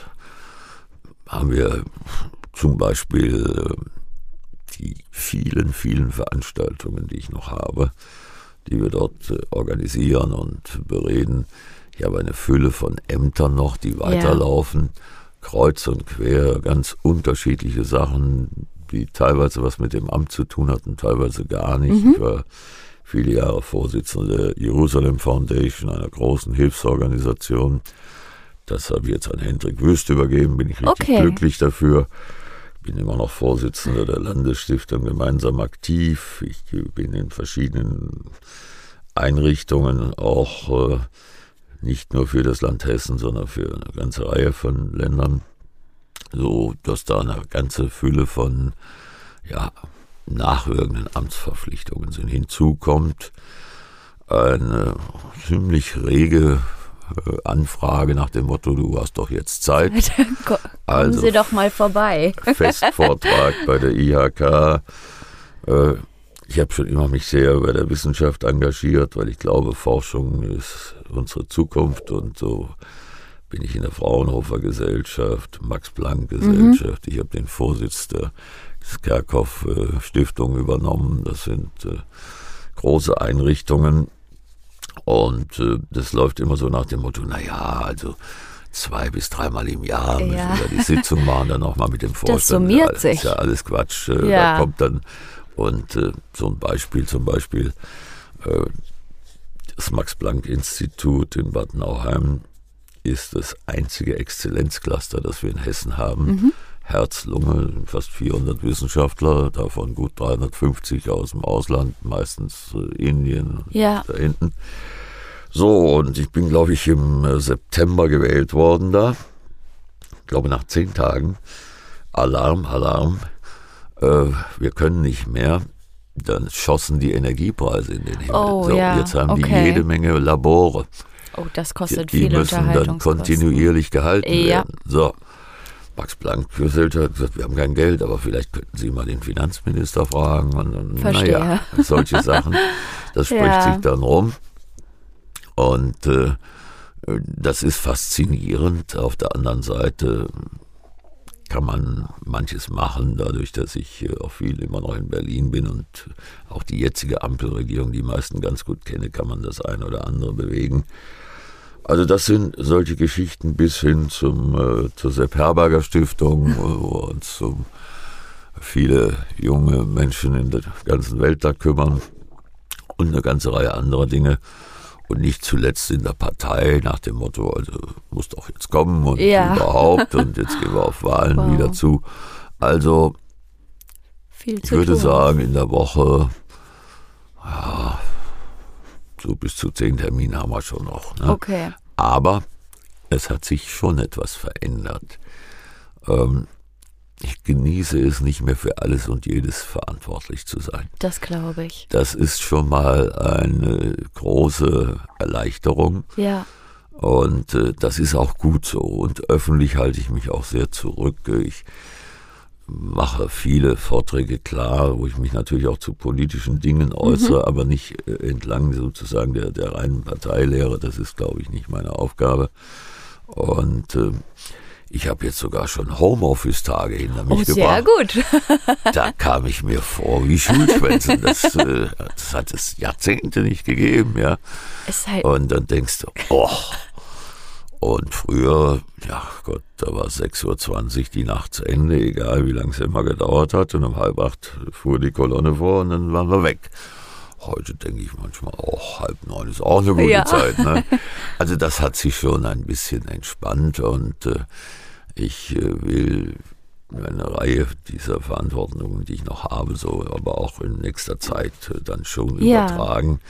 haben wir zum Beispiel äh, die vielen, vielen Veranstaltungen, die ich noch habe, die wir dort äh, organisieren und bereden. Ich habe eine Fülle von Ämtern noch, die weiterlaufen. Kreuz und quer, ganz unterschiedliche Sachen, die teilweise was mit dem Amt zu tun hatten, teilweise gar nicht. Mhm. Ich war viele Jahre Vorsitzender der Jerusalem Foundation, einer großen Hilfsorganisation. Das habe ich jetzt an Hendrik Wüst übergeben, bin ich richtig Okay. glücklich dafür. Ich bin immer noch Vorsitzender der Landesstiftung Gemeinsam aktiv. Ich bin in verschiedenen Einrichtungen auch äh, nicht nur für das Land Hessen, sondern für eine ganze Reihe von Ländern, so dass da eine ganze Fülle von ja, nachwirkenden Amtsverpflichtungen sind. Hinzu kommt eine ziemlich rege äh, Anfrage nach dem Motto, du hast doch jetzt Zeit. Kommen Also Sie doch mal vorbei. Festvortrag bei der I H K. Äh, Ich habe schon immer mich sehr bei der Wissenschaft engagiert, weil ich glaube, Forschung ist unsere Zukunft, und so bin ich in der Fraunhofer Gesellschaft, Max-Planck-Gesellschaft. Mhm. Ich habe den Vorsitz der Skerkhoff-Stiftung übernommen. Das sind äh, große Einrichtungen, und äh, das läuft immer so nach dem Motto, naja, also zwei bis dreimal im Jahr müssen Ja. wir die Sitzung machen, dann nochmal mit dem Vorstand. Das summiert ja, sich. ist ja alles Quatsch. Äh, Ja. Da kommt dann, und äh, so ein Beispiel zum Beispiel, Das Max-Planck-Institut in Bad Nauheim ist das einzige Exzellenzcluster, das wir in Hessen haben. Mhm. Herz, Lunge, fast vierhundert Wissenschaftler, davon gut dreihundertfünfzig aus dem Ausland, meistens Indien, ja. da hinten. So, und ich bin, glaube ich, im September gewählt worden da. Ich glaube, nach zehn Tagen. Alarm, Alarm. Äh, wir können nicht mehr. Dann schossen die Energiepreise in den Himmel. Oh, so, ja. Jetzt haben okay. die jede Menge Labore. Oh, das kostet die, die viel müssen dann kontinuierlich gehalten ja. werden. So, Max Planck Gesellschaft hat gesagt, wir haben kein Geld, aber vielleicht könnten Sie mal den Finanzminister fragen. Und, und, Verstehe. Naja, solche Sachen. Das spricht ja. sich dann rum. Und äh, das ist faszinierend. Auf der anderen Seite kann man manches machen, dadurch, dass ich äh, auch viel immer noch in Berlin bin und auch die jetzige Ampelregierung, die meisten ganz gut kenne, kann man das eine oder andere bewegen. Also das sind solche Geschichten bis hin zum, äh, zur Sepp Herberger Stiftung, wo wir uns um viele junge Menschen in der ganzen Welt da kümmern und eine ganze Reihe anderer Dinge. Und nicht zuletzt in der Partei nach dem Motto, also muss doch jetzt kommen und ja. überhaupt und jetzt gehen wir auf Wahlen wow. wieder zu. Also Viel ich zu würde tun. sagen, in der Woche ja, so bis zu zehn Termine haben wir schon noch. Ne? Okay. Aber es hat sich schon etwas verändert. Ähm, Ich genieße es nicht mehr für alles und jedes verantwortlich zu sein. Das glaube ich. Das ist schon mal eine große Erleichterung. Ja. Und äh, das ist auch gut so. Und öffentlich halte ich mich auch sehr zurück. Ich mache viele Vorträge klar, wo ich mich natürlich auch zu politischen Dingen äußere, mhm. aber nicht äh, entlang sozusagen der, der reinen Parteilehre. Das ist, glaube ich, nicht meine Aufgabe. Und äh, ich habe jetzt sogar schon Homeoffice-Tage hinter mich oh, gebracht. Sehr gut. Da kam ich mir vor wie Schulschwänzen. Das, äh, das hat es Jahrzehnte nicht gegeben, ja. Ist halt Und dann denkst du, oh. Und früher, ja Gott, da war sechs Uhr zwanzig die Nacht zu Ende, egal wie lange es immer gedauert hat. Und um halb acht fuhr die Kolonne vor und dann waren wir weg. Heute denke ich manchmal, oh, halb neun ist auch eine gute ja. Zeit. Ne? Also das hat sich schon ein bisschen entspannt und äh, ich äh, will eine Reihe dieser Verantwortungen, die ich noch habe, so aber auch in nächster Zeit äh, dann schon ja. übertragen.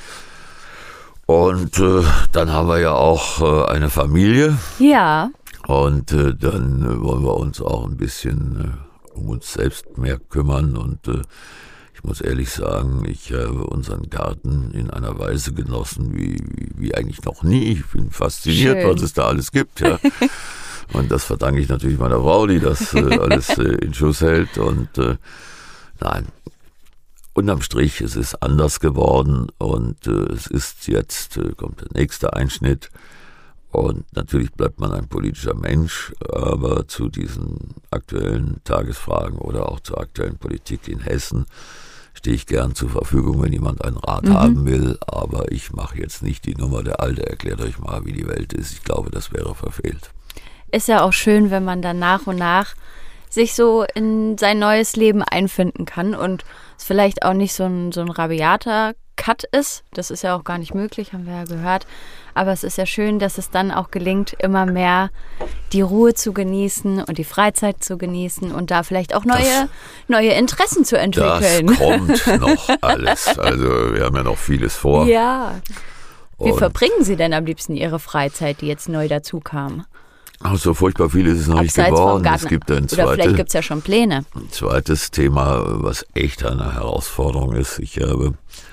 Und äh, dann haben wir ja auch äh, eine Familie. Ja. Und äh, dann äh, wollen wir uns auch ein bisschen äh, um uns selbst mehr kümmern und äh, ich muss ehrlich sagen, ich habe unseren Garten in einer Weise genossen wie, wie, wie eigentlich noch nie. Ich bin fasziniert, Schön. was es da alles gibt. Ja. Und das verdanke ich natürlich meiner Frau, die das äh, alles äh, in Schuss hält. Und äh, nein, unterm Strich, es ist anders geworden und äh, es ist jetzt, äh, kommt der nächste Einschnitt. Und natürlich bleibt man ein politischer Mensch, aber zu diesen aktuellen Tagesfragen oder auch zur aktuellen Politik in Hessen stehe ich gern zur Verfügung, wenn jemand einen Rat mhm. haben will. Aber ich mache jetzt nicht die Nummer, der Alte erklärt euch mal, wie die Welt ist. Ich glaube, das wäre verfehlt. Ist ja auch schön, wenn man dann nach und nach sich so in sein neues Leben einfinden kann und es vielleicht auch nicht so ein, so ein rabiater Cut ist. Das ist ja auch gar nicht möglich, haben wir ja gehört. Aber es ist ja schön, dass es dann auch gelingt, immer mehr die Ruhe zu genießen und die Freizeit zu genießen und da vielleicht auch neue, das, neue Interessen zu entwickeln. Das kommt noch alles. Also wir haben ja noch vieles vor. Ja. Wie und verbringen Sie denn am liebsten Ihre Freizeit, die jetzt neu dazu kam? Ach, so furchtbar viel ist es noch Abseits nicht geworden. vom Es gibt ein, Oder zweite, vielleicht gibt es ja schon Pläne. ein zweites Thema, was echt eine Herausforderung ist. Ich habe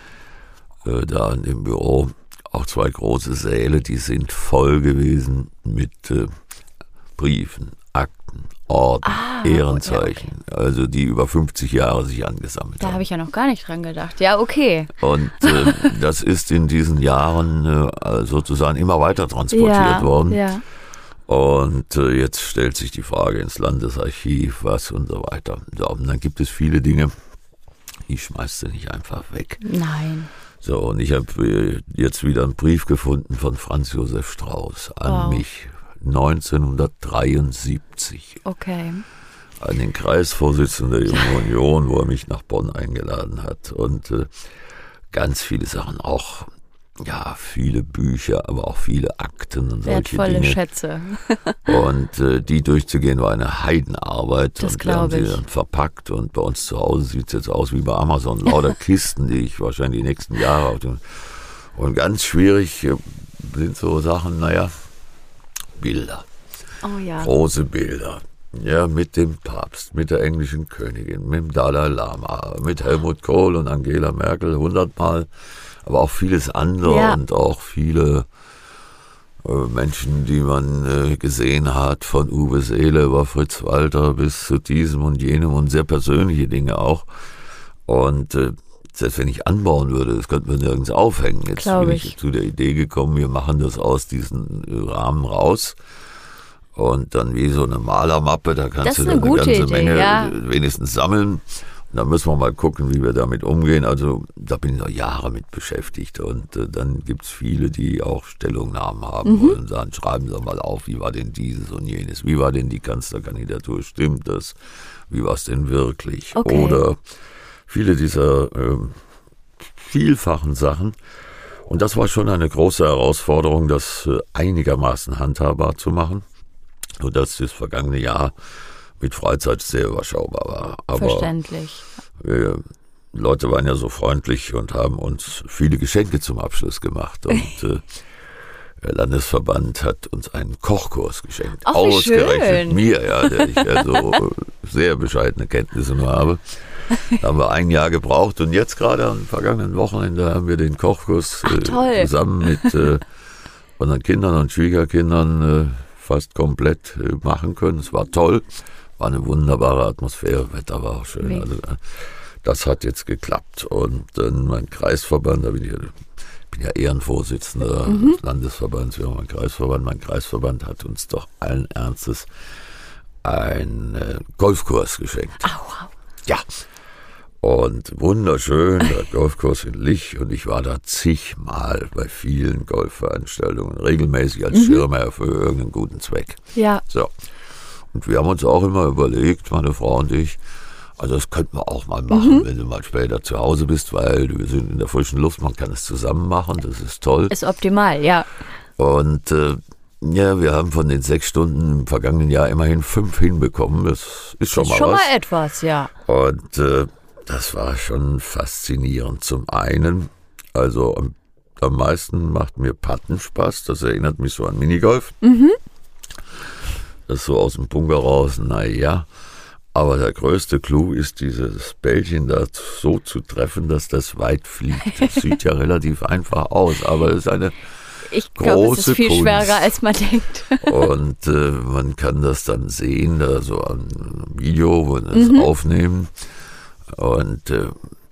äh, da im Büro auch zwei große Säle, die sind voll gewesen mit äh, Briefen, Akten, Orden, ah, Ehrenzeichen, ja, okay. also die über fünfzig Jahre sich angesammelt Da haben. habe ich ja noch gar nicht dran gedacht. Ja, okay. Und äh, das ist in diesen Jahren äh, sozusagen immer weiter transportiert ja, worden. Ja. Und äh, jetzt stellt sich die Frage ins Landesarchiv, was und so weiter. So, und dann gibt es viele Dinge, die schmeißt du nicht einfach weg. Nein. So, und ich habe äh, jetzt wieder einen Brief gefunden von Franz Josef Strauß an wow. mich, neunzehnhundertdreiundsiebzig. Okay. An den Kreisvorsitzenden der Jungen Union, wo er mich nach Bonn eingeladen hat. Und äh, ganz viele Sachen, auch ja, viele Bücher, aber auch viele Akten und solche Wertvolle Dinge. Schätze. Und äh, die durchzugehen war eine Heidenarbeit. Das und wir haben glaube sie ich. dann verpackt und bei uns zu Hause sieht es jetzt aus wie bei Amazon. Lauter Kisten, die ich wahrscheinlich die nächsten Jahre auf dem. Und ganz schwierig äh, sind so Sachen, naja, Bilder. Oh ja. Große Bilder. Ja, mit dem Papst, mit der englischen Königin, mit dem Dalai Lama, mit Helmut Kohl und Angela Merkel hundertmal. Aber auch vieles andere Ja. und auch viele äh, Menschen, die man äh, gesehen hat, von Uwe Seele über Fritz Walter bis zu diesem und jenem und sehr persönliche Dinge auch. Und äh, selbst wenn ich anbauen würde, das könnte man nirgends aufhängen. Jetzt Glaub bin ich. ich zu der Idee gekommen, wir machen das aus diesen äh, Rahmen raus. Und dann wie so eine Malermappe, da kannst Das du ist dann eine eine gute ganze Idee, Menge ja. äh, wenigstens sammeln. Und dann müssen wir mal gucken, wie wir damit umgehen. Also da bin ich noch Jahre mit beschäftigt. Und äh, dann gibt es viele, die auch Stellungnahmen haben Mhm. wollen und sagen, schreiben Sie mal auf, wie war denn dieses und jenes? Wie war denn die Kanzlerkandidatur? Stimmt das? Wie war es denn wirklich? Okay. Oder viele dieser ähm, vielfachen Sachen. Und das war schon eine große Herausforderung, das äh, einigermaßen handhabbar zu machen. Sodass das vergangene Jahr mit Freizeit sehr überschaubar war. Aber Verständlich. wir, Leute waren ja so freundlich und haben uns viele Geschenke zum Abschluss gemacht. Und äh, der Landesverband hat uns einen Kochkurs geschenkt. Ach, wie Ausgerechnet schön. mir, ja, der ich ja so äh, sehr bescheidene Kenntnisse nur habe. Da haben wir ein Jahr gebraucht und jetzt gerade am vergangenen Wochenende haben wir den Kochkurs Ach, toll. äh, zusammen mit äh, unseren Kindern und Schwiegerkindern äh, fast komplett äh, machen können. Es war toll, war eine wunderbare Atmosphäre, Wetter war auch schön. Wie? Also äh, das hat jetzt geklappt. Und dann mein Kreisverband, da bin ich ja, bin ja Ehrenvorsitzender Mhm. des Landesverbands, wir haben einen Kreisverband. Mein Kreisverband hat uns doch allen Ernstes einen äh, Golfkurs geschenkt. Au, au. Ja. Und wunderschön, der Golfkurs in Lich. Und ich war da zigmal bei vielen Golfveranstaltungen, regelmäßig als Schirmherr für irgendeinen guten Zweck. Ja, So. Und wir haben uns auch immer überlegt, meine Frau und ich, also das könnten wir auch mal machen, wenn du mal später zu Hause bist, weil wir sind in der frischen Luft, man kann es zusammen machen, das ist toll. ist optimal, ja. Und äh, ja, wir haben von den sechs Stunden im vergangenen Jahr immerhin fünf hinbekommen. Das ist schon Ist mal schon was. mal etwas, ja. Und äh, das war schon faszinierend. Zum einen, also am, am meisten macht mir Patten Spaß. Das erinnert mich so an Minigolf. Mhm. Das ist so aus dem Bunker raus, naja. Aber der größte Clou ist, dieses Bällchen da so zu treffen, dass das weit fliegt. Das sieht ja relativ einfach aus, aber es ist eine Ich glaube, es ist große viel Kunst. schwerer, als man denkt. Und äh, man kann das dann sehen, da so am Video, wo wir das Mhm. aufnehmen. Und äh,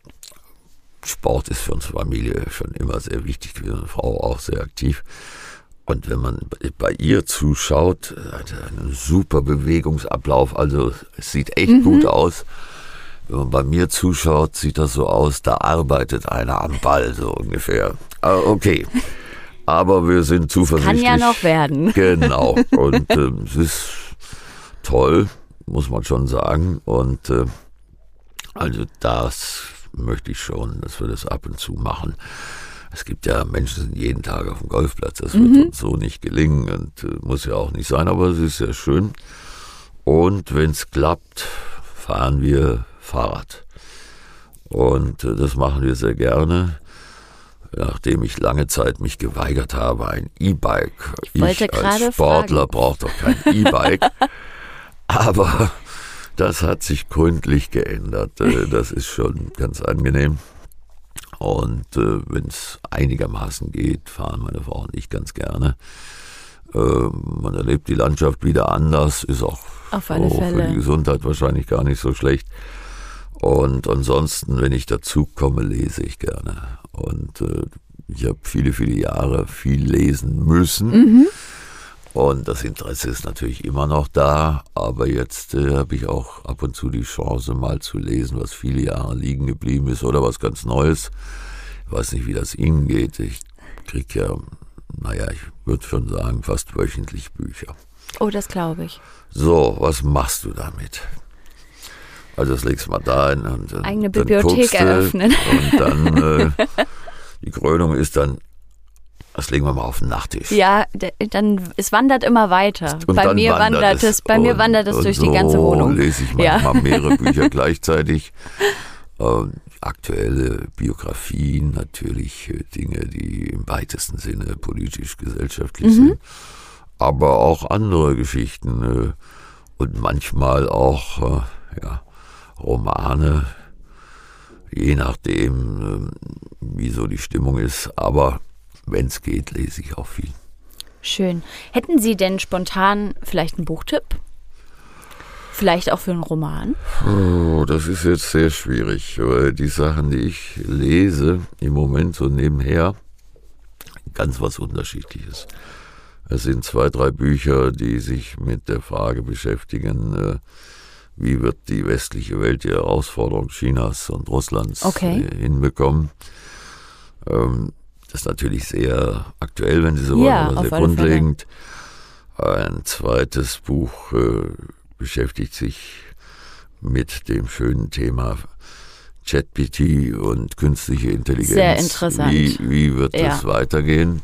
Sport ist für unsere Familie schon immer sehr wichtig, für eine Frau auch sehr aktiv. Und wenn man bei ihr zuschaut, hat er einen super Bewegungsablauf, also es sieht echt Mhm. gut aus. Wenn man bei mir zuschaut, sieht das so aus, da arbeitet einer am Ball, so ungefähr. Ah, okay. Aber wir sind Kann zuversichtlich. ja noch werden. Genau. Und äh, es ist toll, muss man schon sagen. Und äh, also das möchte ich schon, dass wir das ab und zu machen. Es gibt ja Menschen, die sind jeden Tag auf dem Golfplatz. Das wird Mhm. uns so nicht gelingen und äh, muss ja auch nicht sein, aber es ist sehr schön. Und wenn es klappt, fahren wir Fahrrad. Und äh, das machen wir sehr gerne. Nachdem ich lange Zeit mich geweigert habe, ein E-Bike. Ich wollte Ich gerade als Sportler fragen. brauche doch kein E-Bike. Aber das hat sich gründlich geändert. Äh, Das ist schon ganz angenehm. Und äh, wenn es einigermaßen geht, fahren meine Frau und ich ganz gerne. Äh, man erlebt die Landschaft wieder anders, ist auch Auf alle so für Fälle. die Gesundheit wahrscheinlich gar nicht so schlecht. Und ansonsten, wenn ich dazu komme, lese ich gerne. Und äh, ich habe viele, viele Jahre viel lesen müssen. Mhm. Und das Interesse ist natürlich immer noch da, aber jetzt äh, habe ich auch ab und zu die Chance, mal zu lesen, was viele Jahre liegen geblieben ist oder was ganz Neues. Ich weiß nicht, wie das Ihnen geht. Ich kriege ja, naja, ich würde schon sagen, fast wöchentlich Bücher. Oh, das glaube ich. So, was machst du damit? Also das legst du mal da hin und dann, Eigene dann Bibliothek guckst du eröffnen. Und dann äh, Die Krönung ist dann, das legen wir mal auf den Nachttisch. Ja, dann, es wandert immer weiter. Und bei dann mir wandert wandert es, es, bei mir und, wandert es und durch so die ganze Wohnung. Lese ich manchmal ja. mehrere Bücher gleichzeitig. Ähm, aktuelle Biografien, natürlich äh, Dinge, die im weitesten Sinne politisch, gesellschaftlich mhm. sind. Aber auch andere Geschichten äh, und manchmal auch äh, ja, Romane, je nachdem, äh, wie so die Stimmung ist. Aber wenn es geht, lese ich auch viel. Schön. Hätten Sie denn spontan vielleicht einen Buchtipp? Vielleicht auch für einen Roman? Oh, das ist jetzt sehr schwierig, weil die Sachen, die ich lese, im Moment so nebenher, ganz was Unterschiedliches. Es sind zwei, drei Bücher, die sich mit der Frage beschäftigen, wie wird die westliche Welt die Herausforderung Chinas und Russlands okay. hinbekommen. Das ist natürlich sehr aktuell, wenn Sie so wollen, ja, aber sehr grundlegend. Fälle. Ein zweites Buch äh, beschäftigt sich mit dem schönen Thema ChatGPT und künstliche Intelligenz. Sehr interessant. Wie, wie wird ja. es weitergehen?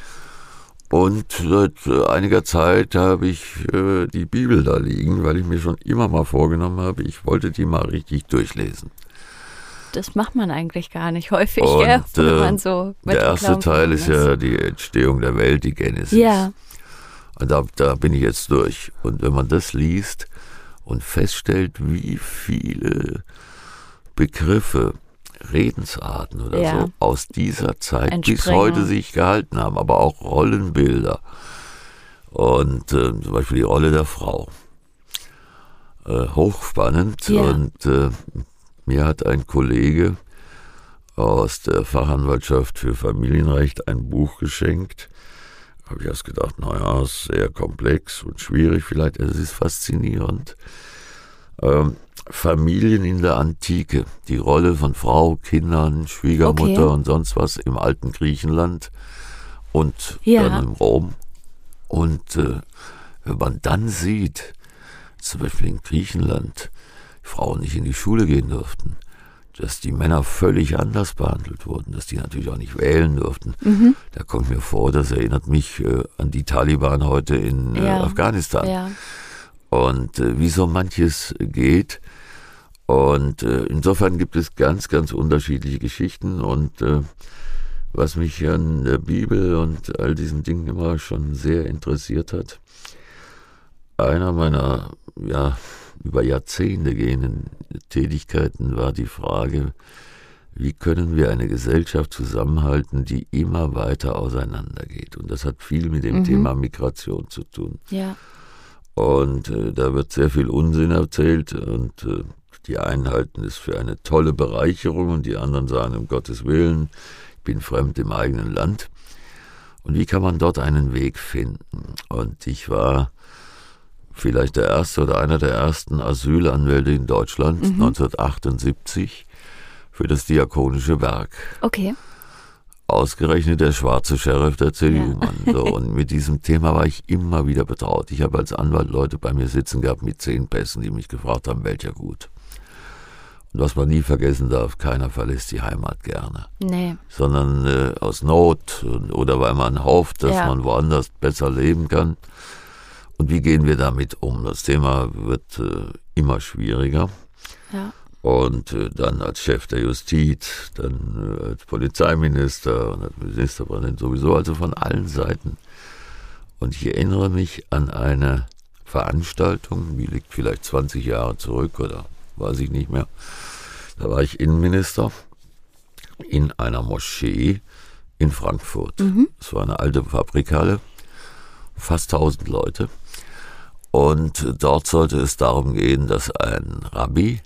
Und seit einiger Zeit habe ich äh, die Bibel da liegen, weil ich mir schon immer mal vorgenommen habe, ich wollte die mal richtig durchlesen. Das macht man eigentlich gar nicht häufig, und, gell, wenn man so mit der erste Teil ist ja die Entstehung der Welt, die Genesis. Ja. Und da, da bin ich jetzt durch. Und wenn man das liest und feststellt, wie viele Begriffe, Redensarten oder ja. so aus dieser Zeit bis heute sich gehalten haben, aber auch Rollenbilder. Und äh, zum Beispiel die Rolle der Frau. Äh, hochspannend. Ja. Und äh, mir hat ein Kollege aus der Fachanwaltschaft für Familienrecht ein Buch geschenkt. Da habe ich erst gedacht, naja, ist sehr komplex und schwierig vielleicht. Es ist faszinierend. Ähm, Familien in der Antike, die Rolle von Frau, Kindern, Schwiegermutter okay. und sonst was im alten Griechenland und ja. dann in Rom. Und äh, wenn man dann sieht, zum Beispiel in Griechenland, Frauen nicht in die Schule gehen durften, dass die Männer völlig anders behandelt wurden, dass die natürlich auch nicht wählen durften. Mhm. Da kommt mir vor, das erinnert mich äh, an die Taliban heute in äh, ja. Afghanistan. Ja. Und äh, wie so manches geht. Und äh, insofern gibt es ganz, ganz unterschiedliche Geschichten. Und äh, was mich an der Bibel und all diesen Dingen immer schon sehr interessiert hat, einer meiner, ja, über Jahrzehnte gehenden Tätigkeiten war die Frage, wie können wir eine Gesellschaft zusammenhalten, die immer weiter auseinandergeht. Und das hat viel mit dem mhm. Thema Migration zu tun. Ja. Und äh, da wird sehr viel Unsinn erzählt und äh, die einen halten es für eine tolle Bereicherung und die anderen sagen, um Gottes Willen, ich bin fremd im eigenen Land. Und wie kann man dort einen Weg finden? Und ich war vielleicht der erste oder einer der ersten Asylanwälte in Deutschland, mhm. neunzehnhundertachtundsiebzig, für das Diakonische Werk. Okay. Ausgerechnet der schwarze Sheriff der C D U-Mann. Ja. So, und mit diesem Thema war ich immer wieder betraut. Ich habe als Anwalt Leute bei mir sitzen gehabt mit zehn Pässen, die mich gefragt haben, welcher gut. Und was man nie vergessen darf, keiner verlässt die Heimat gerne. Nee. Sondern äh, aus Not oder weil man hofft, dass ja. man woanders besser leben kann. Und wie gehen wir damit um? Das Thema wird äh, immer schwieriger. Ja. Und äh, dann als Chef der Justiz, dann äh, als Polizeiminister und als Ministerpräsident sowieso, also von allen Seiten. Und ich erinnere mich an eine Veranstaltung, die liegt vielleicht zwanzig Jahre zurück oder weiß ich nicht mehr. Da war ich Innenminister in einer Moschee in Frankfurt. Mhm. Es war eine alte Fabrikhalle, fast tausend Leute. Und dort sollte es darum gehen, dass ein Rabbi,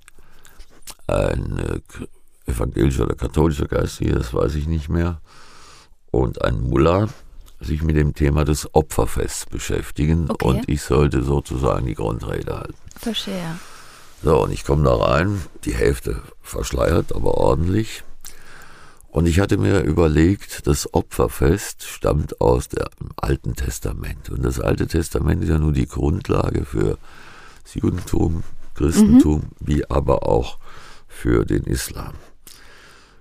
ein äh, evangelischer oder katholischer Geistlicher, das weiß ich nicht mehr, und ein Mullah sich mit dem Thema des Opferfests beschäftigen. Okay. Und ich sollte sozusagen die Grundrede halten. Verstehe. So, und ich komme da rein, die Hälfte verschleiert, aber ordentlich. Und ich hatte mir überlegt, das Opferfest stammt aus dem Alten Testament. Und das Alte Testament ist ja nur die Grundlage für das Judentum, Christentum, mhm. wie aber auch für den Islam.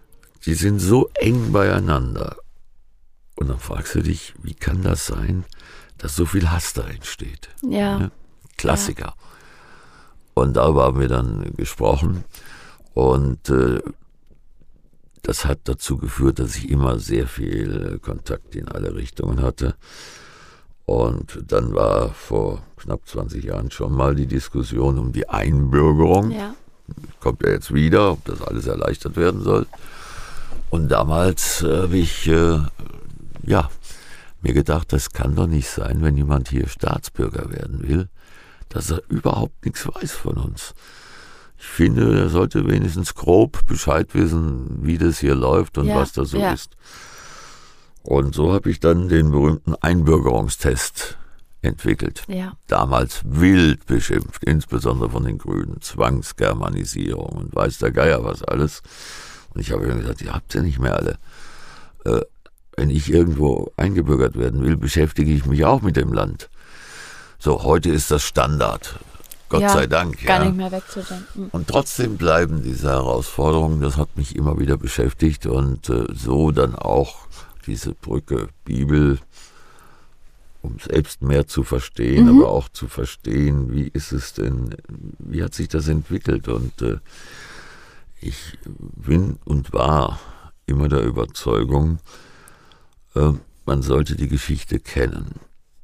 die sind so eng beieinander. Und dann fragst du dich, wie kann das sein, dass so viel Hass da entsteht? Ja. Ne? Klassiker. Ja. Und darüber haben wir dann gesprochen. Und äh, das hat dazu geführt, dass ich immer sehr viel Kontakt in alle Richtungen hatte. Und dann war vor knapp zwanzig Jahren schon mal die Diskussion um die Einbürgerung. Ja. Kommt ja jetzt wieder, ob das alles erleichtert werden soll. Und damals äh, habe ich äh, ja, mir gedacht, das kann doch nicht sein, wenn jemand hier Staatsbürger werden will, dass er überhaupt nichts weiß von uns. Ich finde, er sollte wenigstens grob Bescheid wissen, wie das hier läuft und ja, was da so ja. ist. Und so habe ich dann den berühmten Einbürgerungstest entwickelt. Ja. Damals wild beschimpft, insbesondere von den Grünen, Zwangsgermanisierung und weiß der Geier was alles. Und ich habe mir gesagt, ihr habt ja nicht mehr alle. Äh, wenn ich irgendwo eingebürgert werden will, beschäftige ich mich auch mit dem Land. So, heute ist das Standard. Gott ja, sei Dank. Gar ja. nicht mehr wegzudenken. Und trotzdem bleiben diese Herausforderungen, das hat mich immer wieder beschäftigt und äh, so dann auch diese Brücke Bibel, um selbst mehr zu verstehen, mhm. aber auch zu verstehen, wie ist es denn, wie hat sich das entwickelt? Und äh, ich bin und war immer der Überzeugung, äh, man sollte die Geschichte kennen.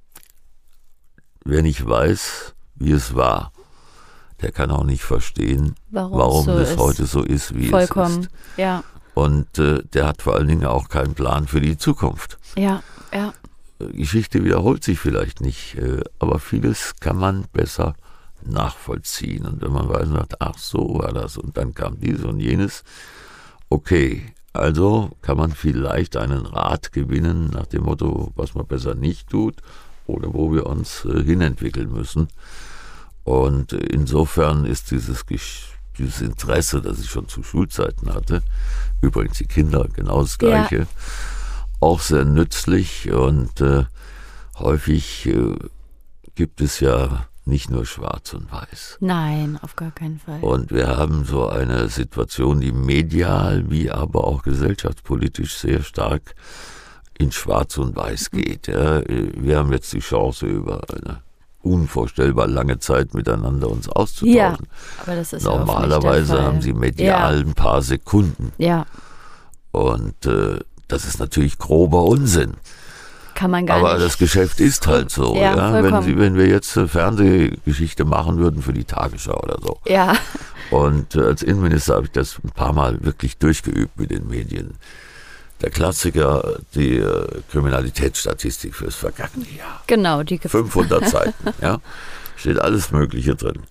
Wer nicht weiß, wie es war, der kann auch nicht verstehen, warum, warum so es ist. heute so ist, wie Vollkommen. es ist. Ja. Und äh, der hat vor allen Dingen auch keinen Plan für die Zukunft. Ja, ja. Geschichte wiederholt sich vielleicht nicht, äh, aber vieles kann man besser nachvollziehen. Und wenn man weiß, sagt, ach so war das und dann kam dies und jenes, okay, also kann man vielleicht einen Rat gewinnen nach dem Motto, was man besser nicht tut oder wo wir uns äh, hinentwickeln müssen. Und insofern ist dieses, dieses Interesse, das ich schon zu Schulzeiten hatte, übrigens die Kinder genau das Gleiche, ja. auch sehr nützlich und äh, häufig äh, gibt es ja nicht nur schwarz und weiß. Nein, auf gar keinen Fall. Und wir haben so eine Situation, die medial wie aber auch gesellschaftspolitisch sehr stark in schwarz und weiß geht. Ja. Wir haben jetzt die Chance, über eine unvorstellbar lange Zeit miteinander uns auszutauschen. Ja, aber das ist Normalerweise ja haben sie medial ja. ein paar Sekunden. Ja. Und äh, das ist natürlich grober Unsinn. Kann man gar aber nicht. Das Geschäft ist halt so. Ja, ja? Wenn, sie, wenn wir jetzt eine Fernsehgeschichte machen würden für die Tagesschau oder so. Ja. Und äh, als Innenminister habe ich das ein paar Mal wirklich durchgeübt mit den Medien. Der Klassiker, die äh, Kriminalitätsstatistik fürs vergangene Jahr. Genau, die gibt fünfhundert Seiten, ja. Steht alles Mögliche drin.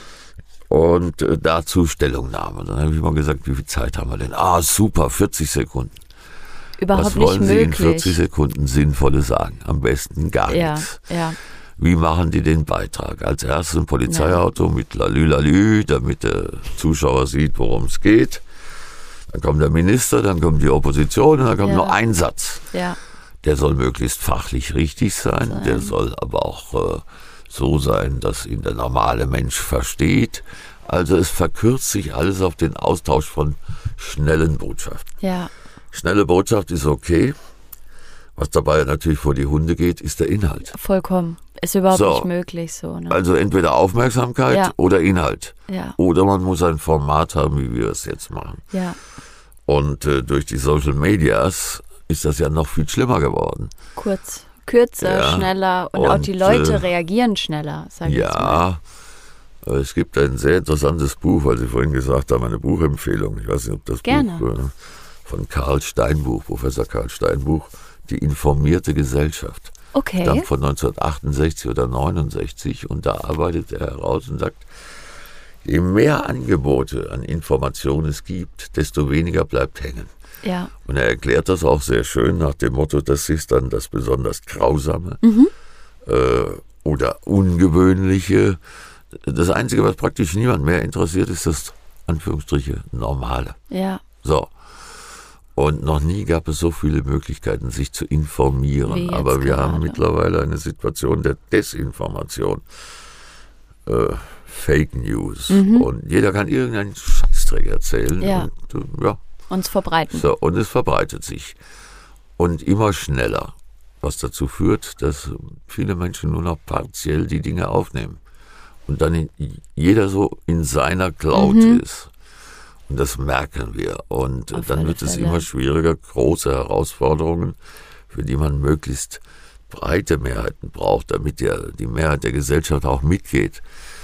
Und äh, dazu Stellungnahme. Dann habe ich mal gesagt, wie viel Zeit haben wir denn? Ah, super, vierzig Sekunden. Überhaupt Was wollen nicht Sie möglich. in vierzig Sekunden Sinnvolles sagen? Am besten gar ja, nichts. Ja. Wie machen die den Beitrag? Als erstes ein Polizeiauto ja. mit Lalü Lalü, damit der Zuschauer sieht, worum es geht. Dann kommt der Minister, dann kommt die Opposition und dann kommt ja. nur ein Satz. Ja. Der soll möglichst fachlich richtig sein, sein. Der soll aber auch äh, so sein, dass ihn der normale Mensch versteht. Also es verkürzt sich alles auf den Austausch von schnellen Botschaften. Ja. Schnelle Botschaft ist okay. Was dabei natürlich vor die Hunde geht, ist der Inhalt. Vollkommen. Ist überhaupt so, nicht möglich so. Ne? Also entweder Aufmerksamkeit ja. oder Inhalt. Ja. Oder man muss ein Format haben, wie wir es jetzt machen. Ja. Und äh, durch die Social Medias ist das ja noch viel schlimmer geworden. Kurz, kürzer, ja. schneller und, und auch die Leute äh, reagieren schneller, sag ich ja, jetzt mal. Ja, es gibt ein sehr interessantes Buch, weil Sie vorhin gesagt haben, eine Buchempfehlung. Ich weiß nicht, ob das Gerne. Buch äh, von Karl Steinbuch, Professor Karl Steinbuch, Die informierte Gesellschaft. Okay. Stammt von neunzehnhundertachtundsechzig oder neunundsechzig und da arbeitet er heraus und sagt, je mehr Angebote an Informationen es gibt, desto weniger bleibt hängen. Ja. Und er erklärt das auch sehr schön nach dem Motto, das ist dann das besonders Grausame mhm. äh, oder Ungewöhnliche. Das Einzige, was praktisch niemand mehr interessiert, ist das, Anführungsstriche, Normale. Ja. So. Und noch nie gab es so viele Möglichkeiten, sich zu informieren. Aber wir gerade. haben mittlerweile eine Situation der Desinformation. Äh, Fake News. Mhm. Und jeder kann irgendeinen Scheißdreck erzählen. Ja. Und, äh, ja. uns verbreiten. So, und es verbreitet sich. Und immer schneller. Was dazu führt, dass viele Menschen nur noch partiell die Dinge aufnehmen. Und dann in, jeder so in seiner Cloud mhm. ist. Und das merken wir. Und Auf dann wird Fälle. es immer schwieriger, große Herausforderungen, für die man möglichst breite Mehrheiten braucht, damit der, die Mehrheit der Gesellschaft auch mitgeht.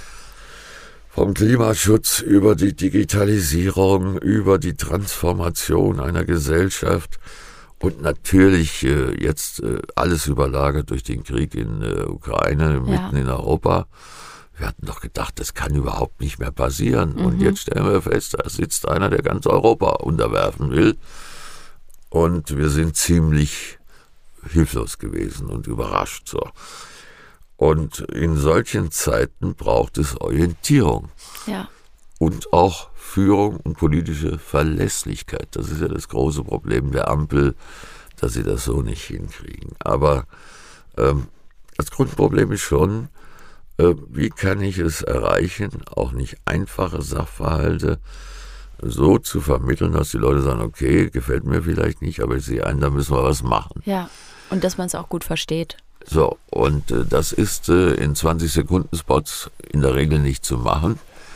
Vom Klimaschutz über die Digitalisierung, über die Transformation einer Gesellschaft und natürlich äh, jetzt äh, alles überlagert durch den Krieg in der äh, Ukraine, mitten ja. in Europa. Wir hatten doch gedacht, das kann überhaupt nicht mehr passieren. Mhm. Und jetzt stellen wir fest, da sitzt einer, der ganz Europa unterwerfen will. Und wir sind ziemlich hilflos gewesen und überrascht. So. Und in solchen Zeiten braucht es Orientierung. Ja. Und auch Führung und politische Verlässlichkeit. Das ist ja das große Problem der Ampel, dass sie das so nicht hinkriegen. Aber ähm, das Grundproblem ist schon, äh, wie kann ich es erreichen, auch nicht einfache Sachverhalte so zu vermitteln, dass die Leute sagen, okay, gefällt mir vielleicht nicht, aber ich sehe ein, da müssen wir was machen. Ja, und dass man es auch gut versteht. So, und äh, das ist äh, in zwanzig-Sekunden-Spots in der Regel nicht zu machen.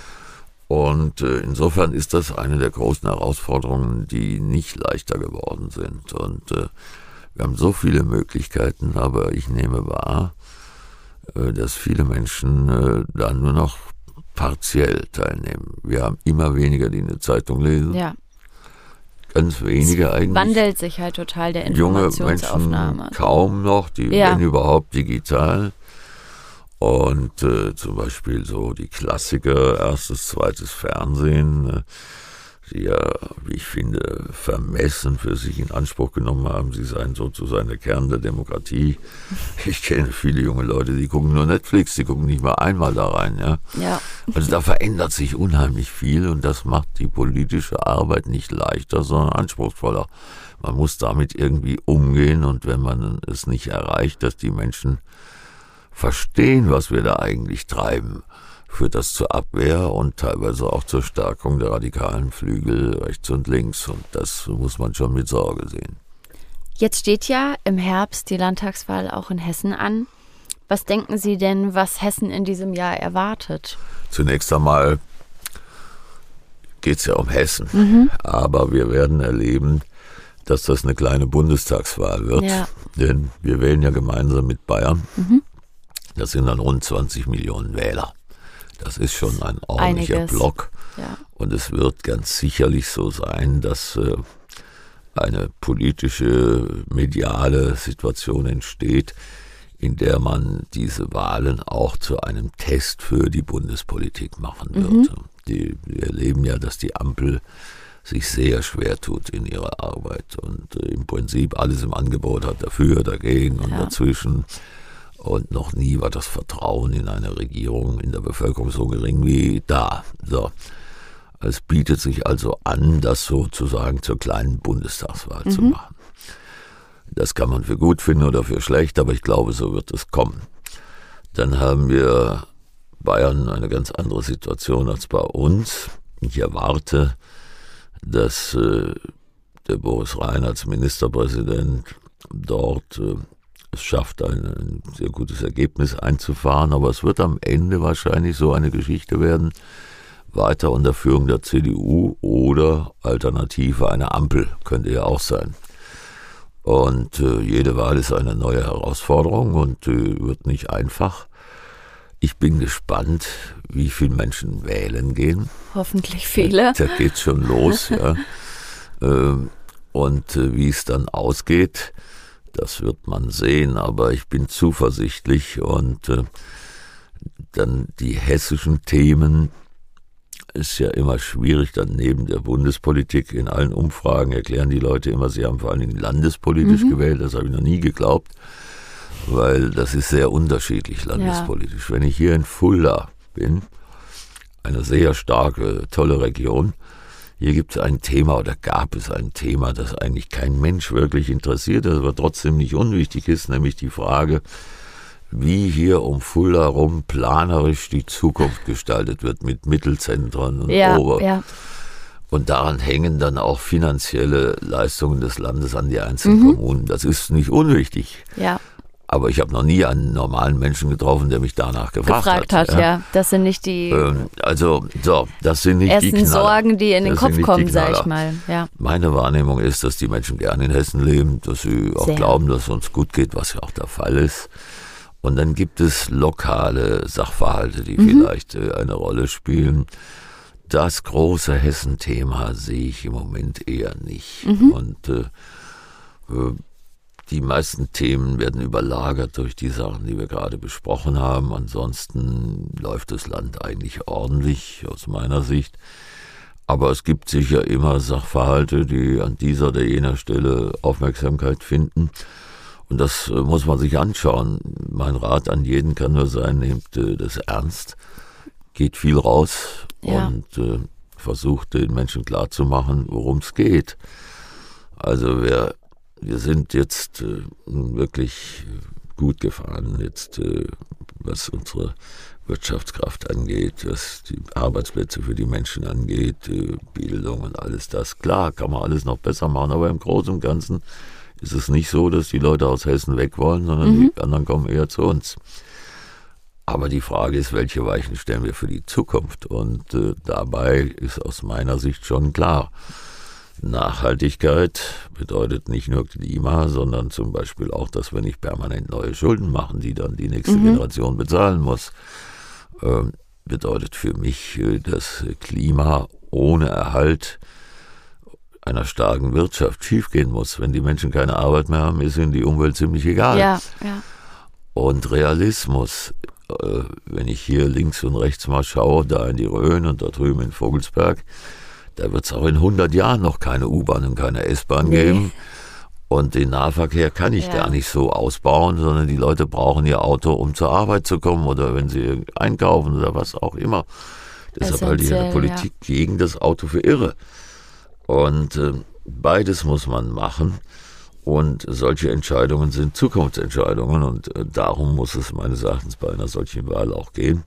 Und äh, insofern ist das eine der großen Herausforderungen, die nicht leichter geworden sind. Und äh, wir haben so viele Möglichkeiten, aber ich nehme wahr, äh, dass viele Menschen äh, da nur noch partiell teilnehmen. Wir haben immer weniger, die eine Zeitung lesen. Ja. Ganz wenige eigentlich. Wandelt sich halt total der Informationsaufnahme. Junge Menschen kaum noch, die ja. wenn überhaupt digital. Und äh, zum Beispiel so die Klassiker, erstes, zweites Fernsehen, äh, die ja, wie ich finde, vermessen für sich in Anspruch genommen haben. Sie seien sozusagen der Kern der Demokratie. Ich kenne viele junge Leute, die gucken nur Netflix, die gucken nicht mal einmal da rein. Ja? Ja. Also da verändert sich unheimlich viel und das macht die politische Arbeit nicht leichter, sondern anspruchsvoller. Man muss damit irgendwie umgehen und wenn man es nicht erreicht, dass die Menschen verstehen, was wir da eigentlich treiben, führt das zur Abwehr und teilweise auch zur Stärkung der radikalen Flügel rechts und links. Und das muss man schon mit Sorge sehen. Jetzt steht ja im Herbst die Landtagswahl auch in Hessen an. Was denken Sie denn, was Hessen in diesem Jahr erwartet? Zunächst einmal geht es ja um Hessen. Mhm. Aber wir werden erleben, dass das eine kleine Bundestagswahl wird. Ja. Denn wir wählen ja gemeinsam mit Bayern. Mhm. Das sind dann rund zwanzig Millionen Wähler. Das ist schon ein ordentlicher Einiges. Block. Ja. Und es wird ganz sicherlich so sein, dass äh, eine politische, mediale Situation entsteht, in der man diese Wahlen auch zu einem Test für die Bundespolitik machen wird. Mhm. Die, wir erleben ja, dass die Ampel sich sehr schwer tut in ihrer Arbeit und äh, im Prinzip alles im Angebot hat, dafür, dagegen und ja. dazwischen. Und noch nie war das Vertrauen in eine Regierung in der Bevölkerung so gering wie da. So. Es bietet sich also an, das sozusagen zur kleinen Bundestagswahl mhm. zu machen. Das kann man für gut finden oder für schlecht, aber ich glaube, so wird es kommen. Dann haben wir Bayern eine ganz andere Situation als bei uns. Ich erwarte, dass äh, der Boris Rhein als Ministerpräsident dort äh, es schafft, ein, ein sehr gutes Ergebnis einzufahren, aber es wird am Ende wahrscheinlich so eine Geschichte werden, weiter unter Führung der C D U oder Alternative eine Ampel, könnte ja auch sein. Und äh, jede Wahl ist eine neue Herausforderung und äh, wird nicht einfach. Ich bin gespannt, wie viele Menschen wählen gehen. Hoffentlich viele. Da geht's schon los, ja. ähm, und äh, wie es dann ausgeht, das wird man sehen, aber ich bin zuversichtlich und äh, dann die hessischen Themen ist ja immer schwierig, dann neben der Bundespolitik in allen Umfragen erklären die Leute immer, sie haben vor allen Dingen landespolitisch mhm. gewählt, das habe ich noch nie geglaubt, weil das ist sehr unterschiedlich landespolitisch. Ja. Wenn ich hier in Fulda bin, eine sehr starke, tolle Region, hier gibt es ein Thema oder gab es ein Thema, das eigentlich kein Mensch wirklich interessiert, das aber trotzdem nicht unwichtig ist, nämlich die Frage, wie hier um Fulda herum planerisch die Zukunft gestaltet wird mit Mittelzentren und ja, Ober. Ja. Und daran hängen dann auch finanzielle Leistungen des Landes an die einzelnen Mhm. Kommunen. Das ist nicht unwichtig. Ja, Aber ich habe noch nie einen normalen Menschen getroffen, der mich danach gefragt, gefragt hat, ja. ja. Das sind nicht die Ähm, also, so, das sind nicht die ersten Knaller. Sorgen, die in den Das Kopf sind nicht kommen, die sag ich Knaller. mal. Ja. Meine Wahrnehmung ist, dass die Menschen gerne in Hessen leben, dass sie auch Sehr. glauben, dass es uns gut geht, was ja auch der Fall ist. Und dann gibt es lokale Sachverhalte, die Mhm. vielleicht äh, eine Rolle spielen. Das große Hessen-Thema sehe ich im Moment eher nicht. Mhm. Und äh, äh, die meisten Themen werden überlagert durch die Sachen, die wir gerade besprochen haben. Ansonsten läuft das Land eigentlich ordentlich aus meiner Sicht. Aber es gibt sicher immer Sachverhalte, die an dieser oder jener Stelle Aufmerksamkeit finden. Und das äh, muss man sich anschauen. Mein Rat an jeden kann nur sein, nehmt äh, das ernst, geht viel raus Ja. und äh, versucht den Menschen klarzumachen, worum es geht. Also wir, wir sind jetzt äh, wirklich gut gefahren, jetzt äh, was unsere Wirtschaftskraft angeht, was die Arbeitsplätze für die Menschen angeht, äh, Bildung und alles das. Klar, kann man alles noch besser machen, aber im Großen und Ganzen ist es nicht so, dass die Leute aus Hessen weg wollen, sondern Mhm. die anderen kommen eher zu uns. Aber die Frage ist, welche Weichen stellen wir für die Zukunft? Und äh, dabei ist aus meiner Sicht schon klar, Nachhaltigkeit bedeutet nicht nur Klima, sondern zum Beispiel auch, dass wir nicht permanent neue Schulden machen, die dann die nächste Mhm. Generation bezahlen muss. Ähm, bedeutet für mich, äh, dass Klima ohne Erhalt einer starken Wirtschaft schiefgehen muss. Wenn die Menschen keine Arbeit mehr haben, ist ihnen die Umwelt ziemlich egal. Ja, ja. Und Realismus, äh, wenn ich hier links und rechts mal schaue, da in die Rhön und da drüben in Vogelsberg, da wird es auch in hundert Jahren noch keine U-Bahn und keine S-Bahn Nee. geben. Und den Nahverkehr kann ich Ja. gar nicht so ausbauen, sondern die Leute brauchen ihr Auto, um zur Arbeit zu kommen oder wenn sie einkaufen oder was auch immer. Deshalb halte ich in der Essentiell, Politik gegen das Auto für irre. Und äh, beides muss man machen. Und solche Entscheidungen sind Zukunftsentscheidungen. Und äh, darum muss es meines Erachtens bei einer solchen Wahl auch gehen.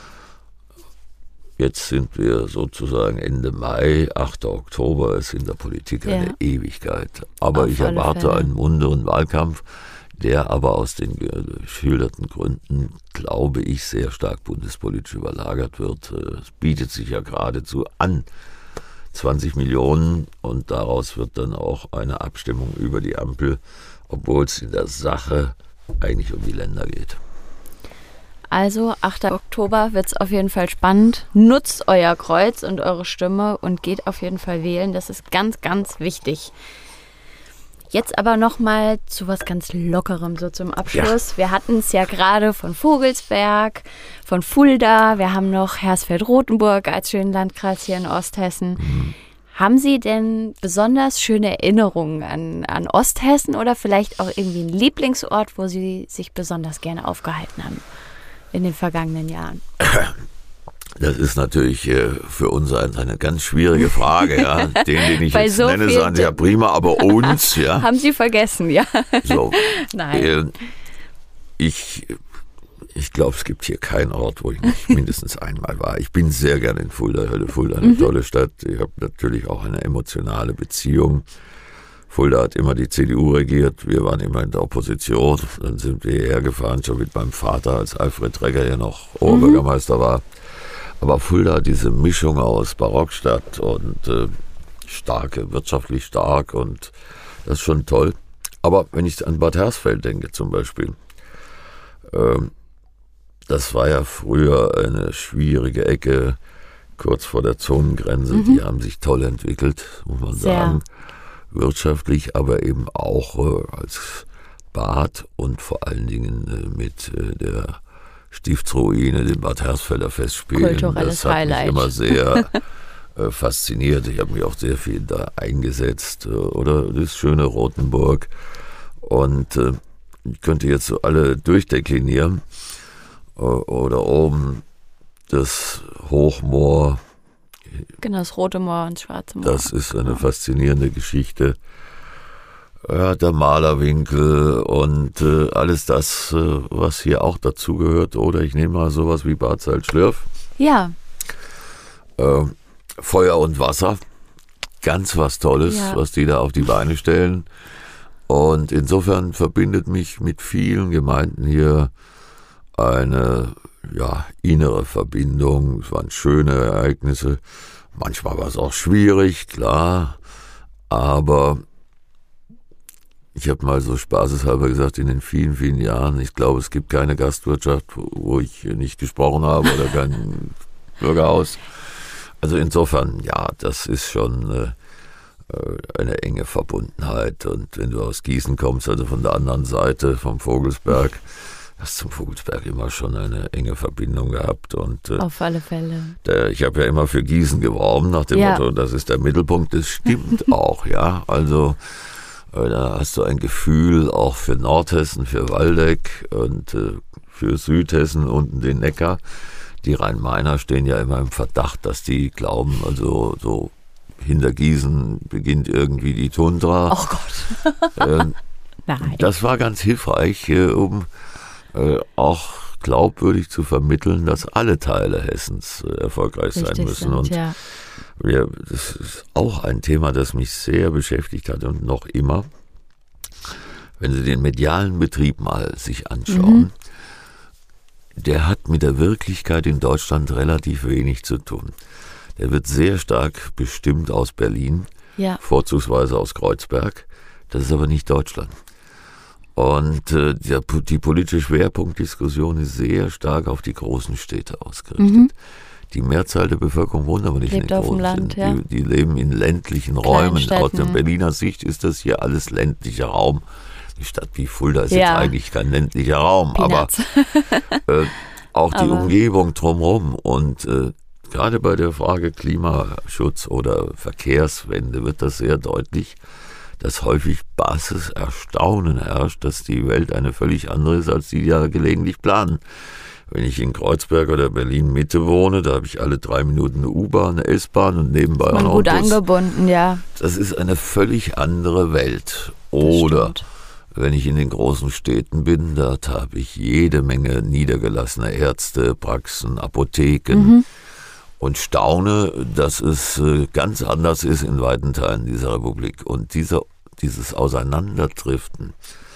Jetzt sind wir sozusagen Ende Mai, achter Oktober, ist in der Politik Ja. eine Ewigkeit. Aber Auf ich alle erwarte Fälle. einen munteren Wahlkampf, der aber aus den geschilderten Gründen, glaube ich, sehr stark bundespolitisch überlagert wird. Es bietet sich ja geradezu an, zwanzig Millionen, und daraus wird dann auch eine Abstimmung über die Ampel, obwohl es in der Sache eigentlich um die Länder geht. Also, achter Oktober wird es auf jeden Fall spannend. Nutzt euer Kreuz und eure Stimme und geht auf jeden Fall wählen. Das ist ganz, ganz wichtig. Jetzt aber nochmal zu was ganz Lockerem so zum Abschluss. Wir hatten es ja gerade von Vogelsberg, von Fulda. Wir haben noch Hersfeld-Rotenburg als schönen Landkreis hier in Osthessen. Mhm. Haben Sie denn besonders schöne Erinnerungen an, an Osthessen oder vielleicht auch irgendwie einen Lieblingsort, wo Sie sich besonders gerne aufgehalten haben in den vergangenen Jahren? Das ist natürlich äh, für uns ein, eine ganz schwierige Frage. Ja. Den, den ich Bei jetzt so nenne, vielen sagen Sie ja prima, aber uns, ja. Haben Sie vergessen, ja? So. Nein. Äh, ich ich glaube, es gibt hier keinen Ort, wo ich nicht mindestens einmal war. Ich bin sehr gerne in Fulda. Ich halte Fulda eine Mhm. tolle Stadt. Ich habe natürlich auch eine emotionale Beziehung. Fulda hat immer die C D U regiert. Wir waren immer in der Opposition. Dann sind wir hierher gefahren, schon mit meinem Vater, als Alfred Tregger hier noch Oberbürgermeister war. Aber Fulda hat diese Mischung aus Barockstadt und äh, starke, wirtschaftlich stark, und das ist schon toll. Aber wenn ich an Bad Hersfeld denke zum Beispiel, ähm, das war ja früher eine schwierige Ecke, kurz vor der Zonengrenze. Mhm. Die haben sich toll entwickelt, muss man Sehr. sagen. Wirtschaftlich, aber eben auch äh, als Bad und vor allen Dingen äh, mit äh, der Stiftsruine, den Bad Hersfelder Festspielen. Kulturelles das hat Highlight. mich immer sehr äh, fasziniert. Ich habe mich auch sehr viel da eingesetzt. Äh, oder das schöne Rotenburg. Und äh, ich könnte jetzt so alle durchdeklinieren. Äh, oder oben das Hochmoor. Genau, das Rote Moor und das Schwarze Moor. Das ist eine faszinierende Geschichte. Ja, der Malerwinkel und äh, alles das, äh, was hier auch dazugehört. Oder ich nehme mal sowas wie Bad Salzschlürf. Ja, Äh, Feuer und Wasser. ganz was Tolles, ja. was die da auf die Beine stellen. Und insofern verbindet mich mit vielen Gemeinden hier eine ja, innere Verbindung. Es waren schöne Ereignisse. Manchmal war es auch schwierig, klar. Aber ich habe mal so spaßeshalber gesagt, in den vielen, vielen Jahren, ich glaube, es gibt keine Gastwirtschaft, wo ich nicht gesprochen habe oder kein Bürgerhaus. Also insofern, ja, das ist schon äh, eine enge Verbundenheit. Und wenn du aus Gießen kommst, also von der anderen Seite vom Vogelsberg, hast zum Vogelsberg immer schon eine enge Verbindung gehabt. Und, äh, auf alle Fälle. Der, ich habe ja immer für Gießen geworben, nach dem ja. Motto, das ist der Mittelpunkt. Das stimmt auch, ja. Also da hast du ein Gefühl auch für Nordhessen, für Waldeck und äh, für Südhessen, unten den Neckar. Die Rhein-Mainer stehen ja immer im Verdacht, dass die glauben, also so hinter Gießen beginnt irgendwie die Tundra. Oh Gott. äh, Nein. Das war ganz hilfreich, äh, um äh, auch glaubwürdig zu vermitteln, dass alle Teile Hessens äh, erfolgreich Richtig sein müssen. Sind, und ja. Ja, das ist auch ein Thema, das mich sehr beschäftigt hat und noch immer. Wenn Sie den medialen Betrieb mal sich anschauen, mhm. der hat mit der Wirklichkeit in Deutschland relativ wenig zu tun. Der wird sehr stark bestimmt aus Berlin, ja. vorzugsweise aus Kreuzberg. Das ist aber nicht Deutschland. Und äh, die, die politische Schwerpunktdiskussion ist sehr stark auf die großen Städte ausgerichtet. Mhm. Die Mehrzahl der Bevölkerung wohnt aber nicht Lebt in den großen Land, ja. die, die leben in ländlichen Räumen. Aus der Berliner Sicht ist das hier alles ländlicher Raum. Die Stadt wie Fulda ist ja. jetzt eigentlich kein ländlicher Raum, Peanuts. aber äh, auch die aber. Umgebung drumherum. Und äh, gerade bei der Frage Klimaschutz oder Verkehrswende wird das sehr deutlich, dass häufig basses Erstaunen herrscht, dass die Welt eine völlig andere ist, als die ja gelegentlich planen. Wenn ich in Kreuzberg oder Berlin-Mitte wohne, da habe ich alle drei Minuten eine U-Bahn, eine S-Bahn und nebenbei auch noch gut angebunden, ja. Das ist eine völlig andere Welt. Oder wenn ich in den großen Städten bin, da habe ich jede Menge niedergelassene Ärzte, Praxen, Apotheken mhm. und staune, dass es ganz anders ist in weiten Teilen dieser Republik. Und dieser, dieses Auseinanderdriften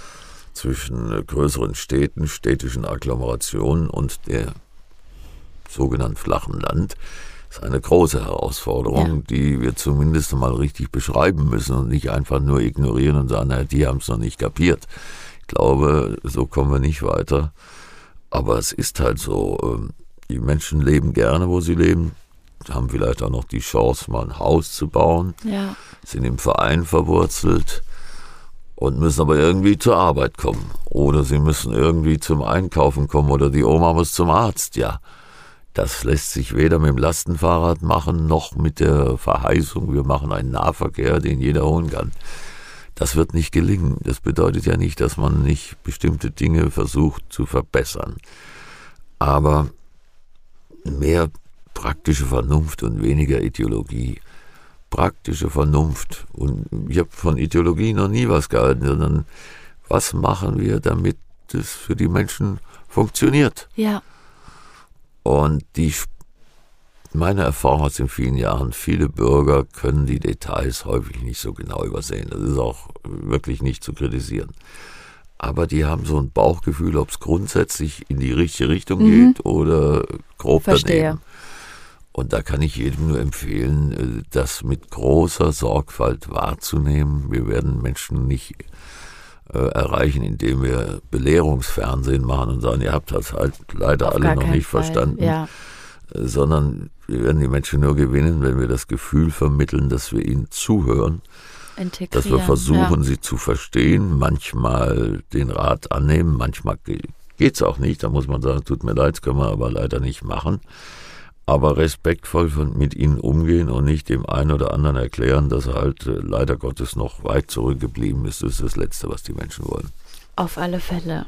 zwischen größeren Städten, städtischen Agglomerationen und der sogenannten flachen Land ist eine große Herausforderung, ja. die wir zumindest mal richtig beschreiben müssen und nicht einfach nur ignorieren und sagen, naja, die haben es noch nicht kapiert. Ich glaube, so kommen wir nicht weiter. Aber es ist halt so, die Menschen leben gerne, wo sie leben, haben vielleicht auch noch die Chance, mal ein Haus zu bauen, ja. sind im Verein verwurzelt, und müssen aber irgendwie zur Arbeit kommen. Oder sie müssen irgendwie zum Einkaufen kommen oder die Oma muss zum Arzt. Ja, das lässt sich weder mit dem Lastenfahrrad machen, noch mit der Verheißung, wir machen einen Nahverkehr, den jeder holen kann. Das wird nicht gelingen. Das bedeutet ja nicht, dass man nicht bestimmte Dinge versucht zu verbessern. Aber mehr praktische Vernunft und weniger Ideologie. Praktische Vernunft. Und ich habe von Ideologie noch nie was gehalten, sondern was machen wir, damit es für die Menschen funktioniert? Ja. Und die, meine Erfahrung aus den vielen Jahren, viele Bürger können die Details häufig nicht so genau übersehen. Das ist auch wirklich nicht zu kritisieren. Aber die haben so ein Bauchgefühl, ob es grundsätzlich in die richtige Richtung mhm. geht oder grob Verstehe. daneben. Und da kann ich jedem nur empfehlen, das mit großer Sorgfalt wahrzunehmen. Wir werden Menschen nicht äh, erreichen, indem wir Belehrungsfernsehen machen und sagen, ihr habt das halt leider Auf alle noch nicht Fall. verstanden. Ja. Sondern wir werden die Menschen nur gewinnen, wenn wir das Gefühl vermitteln, dass wir ihnen zuhören. Dass wir versuchen, ja. sie zu verstehen, manchmal den Rat annehmen, manchmal geht es auch nicht. Da muss man sagen, tut mir leid, das können wir aber leider nicht machen. Aber respektvoll mit ihnen umgehen und nicht dem einen oder anderen erklären, dass er halt äh, leider Gottes noch weit zurückgeblieben ist. Das ist das Letzte, was die Menschen wollen. Auf alle Fälle.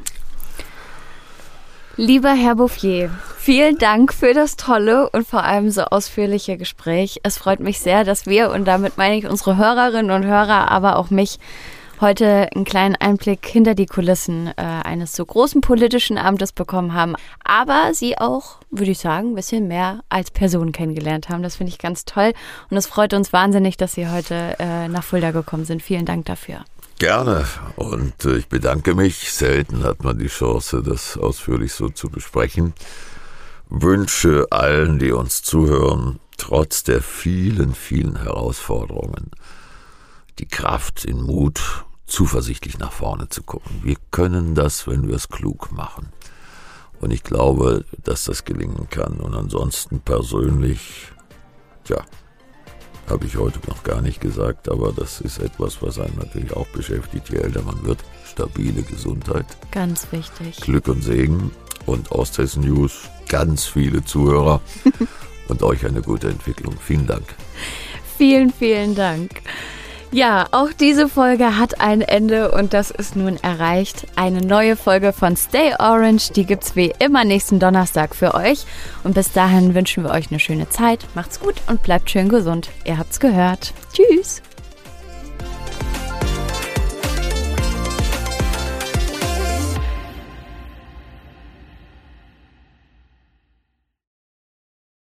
Lieber Herr Bouffier, vielen Dank für das tolle und vor allem so ausführliche Gespräch. Es freut mich sehr, dass wir, und damit meine ich unsere Hörerinnen und Hörer, aber auch mich, heute einen kleinen Einblick hinter die Kulissen äh, eines so großen politischen Amtes bekommen haben, aber sie auch, würde ich sagen, ein bisschen mehr als Person kennengelernt haben. Das finde ich ganz toll und es freut uns wahnsinnig, dass Sie heute äh, nach Fulda gekommen sind. Vielen Dank dafür. Gerne und äh, ich bedanke mich. Selten hat man die Chance, das ausführlich so zu besprechen. Wünsche allen, die uns zuhören, trotz der vielen, vielen Herausforderungen, die Kraft, den Mut, zuversichtlich nach vorne zu gucken. Wir können das, wenn wir es klug machen. Und ich glaube, dass das gelingen kann. Und ansonsten persönlich, tja, habe ich heute noch gar nicht gesagt, aber das ist etwas, was einen natürlich auch beschäftigt, je älter man wird. Stabile Gesundheit. Ganz wichtig. Glück und Segen und Osthessen News, ganz viele Zuhörer und euch eine gute Entwicklung. Vielen Dank. Vielen, vielen Dank. Ja, auch diese Folge hat ein Ende und das ist nun erreicht. Eine neue Folge von Stay Orange, die gibt's wie immer nächsten Donnerstag für euch. Und bis dahin wünschen wir euch eine schöne Zeit. Macht's gut und bleibt schön gesund. Ihr habt's gehört. Tschüss.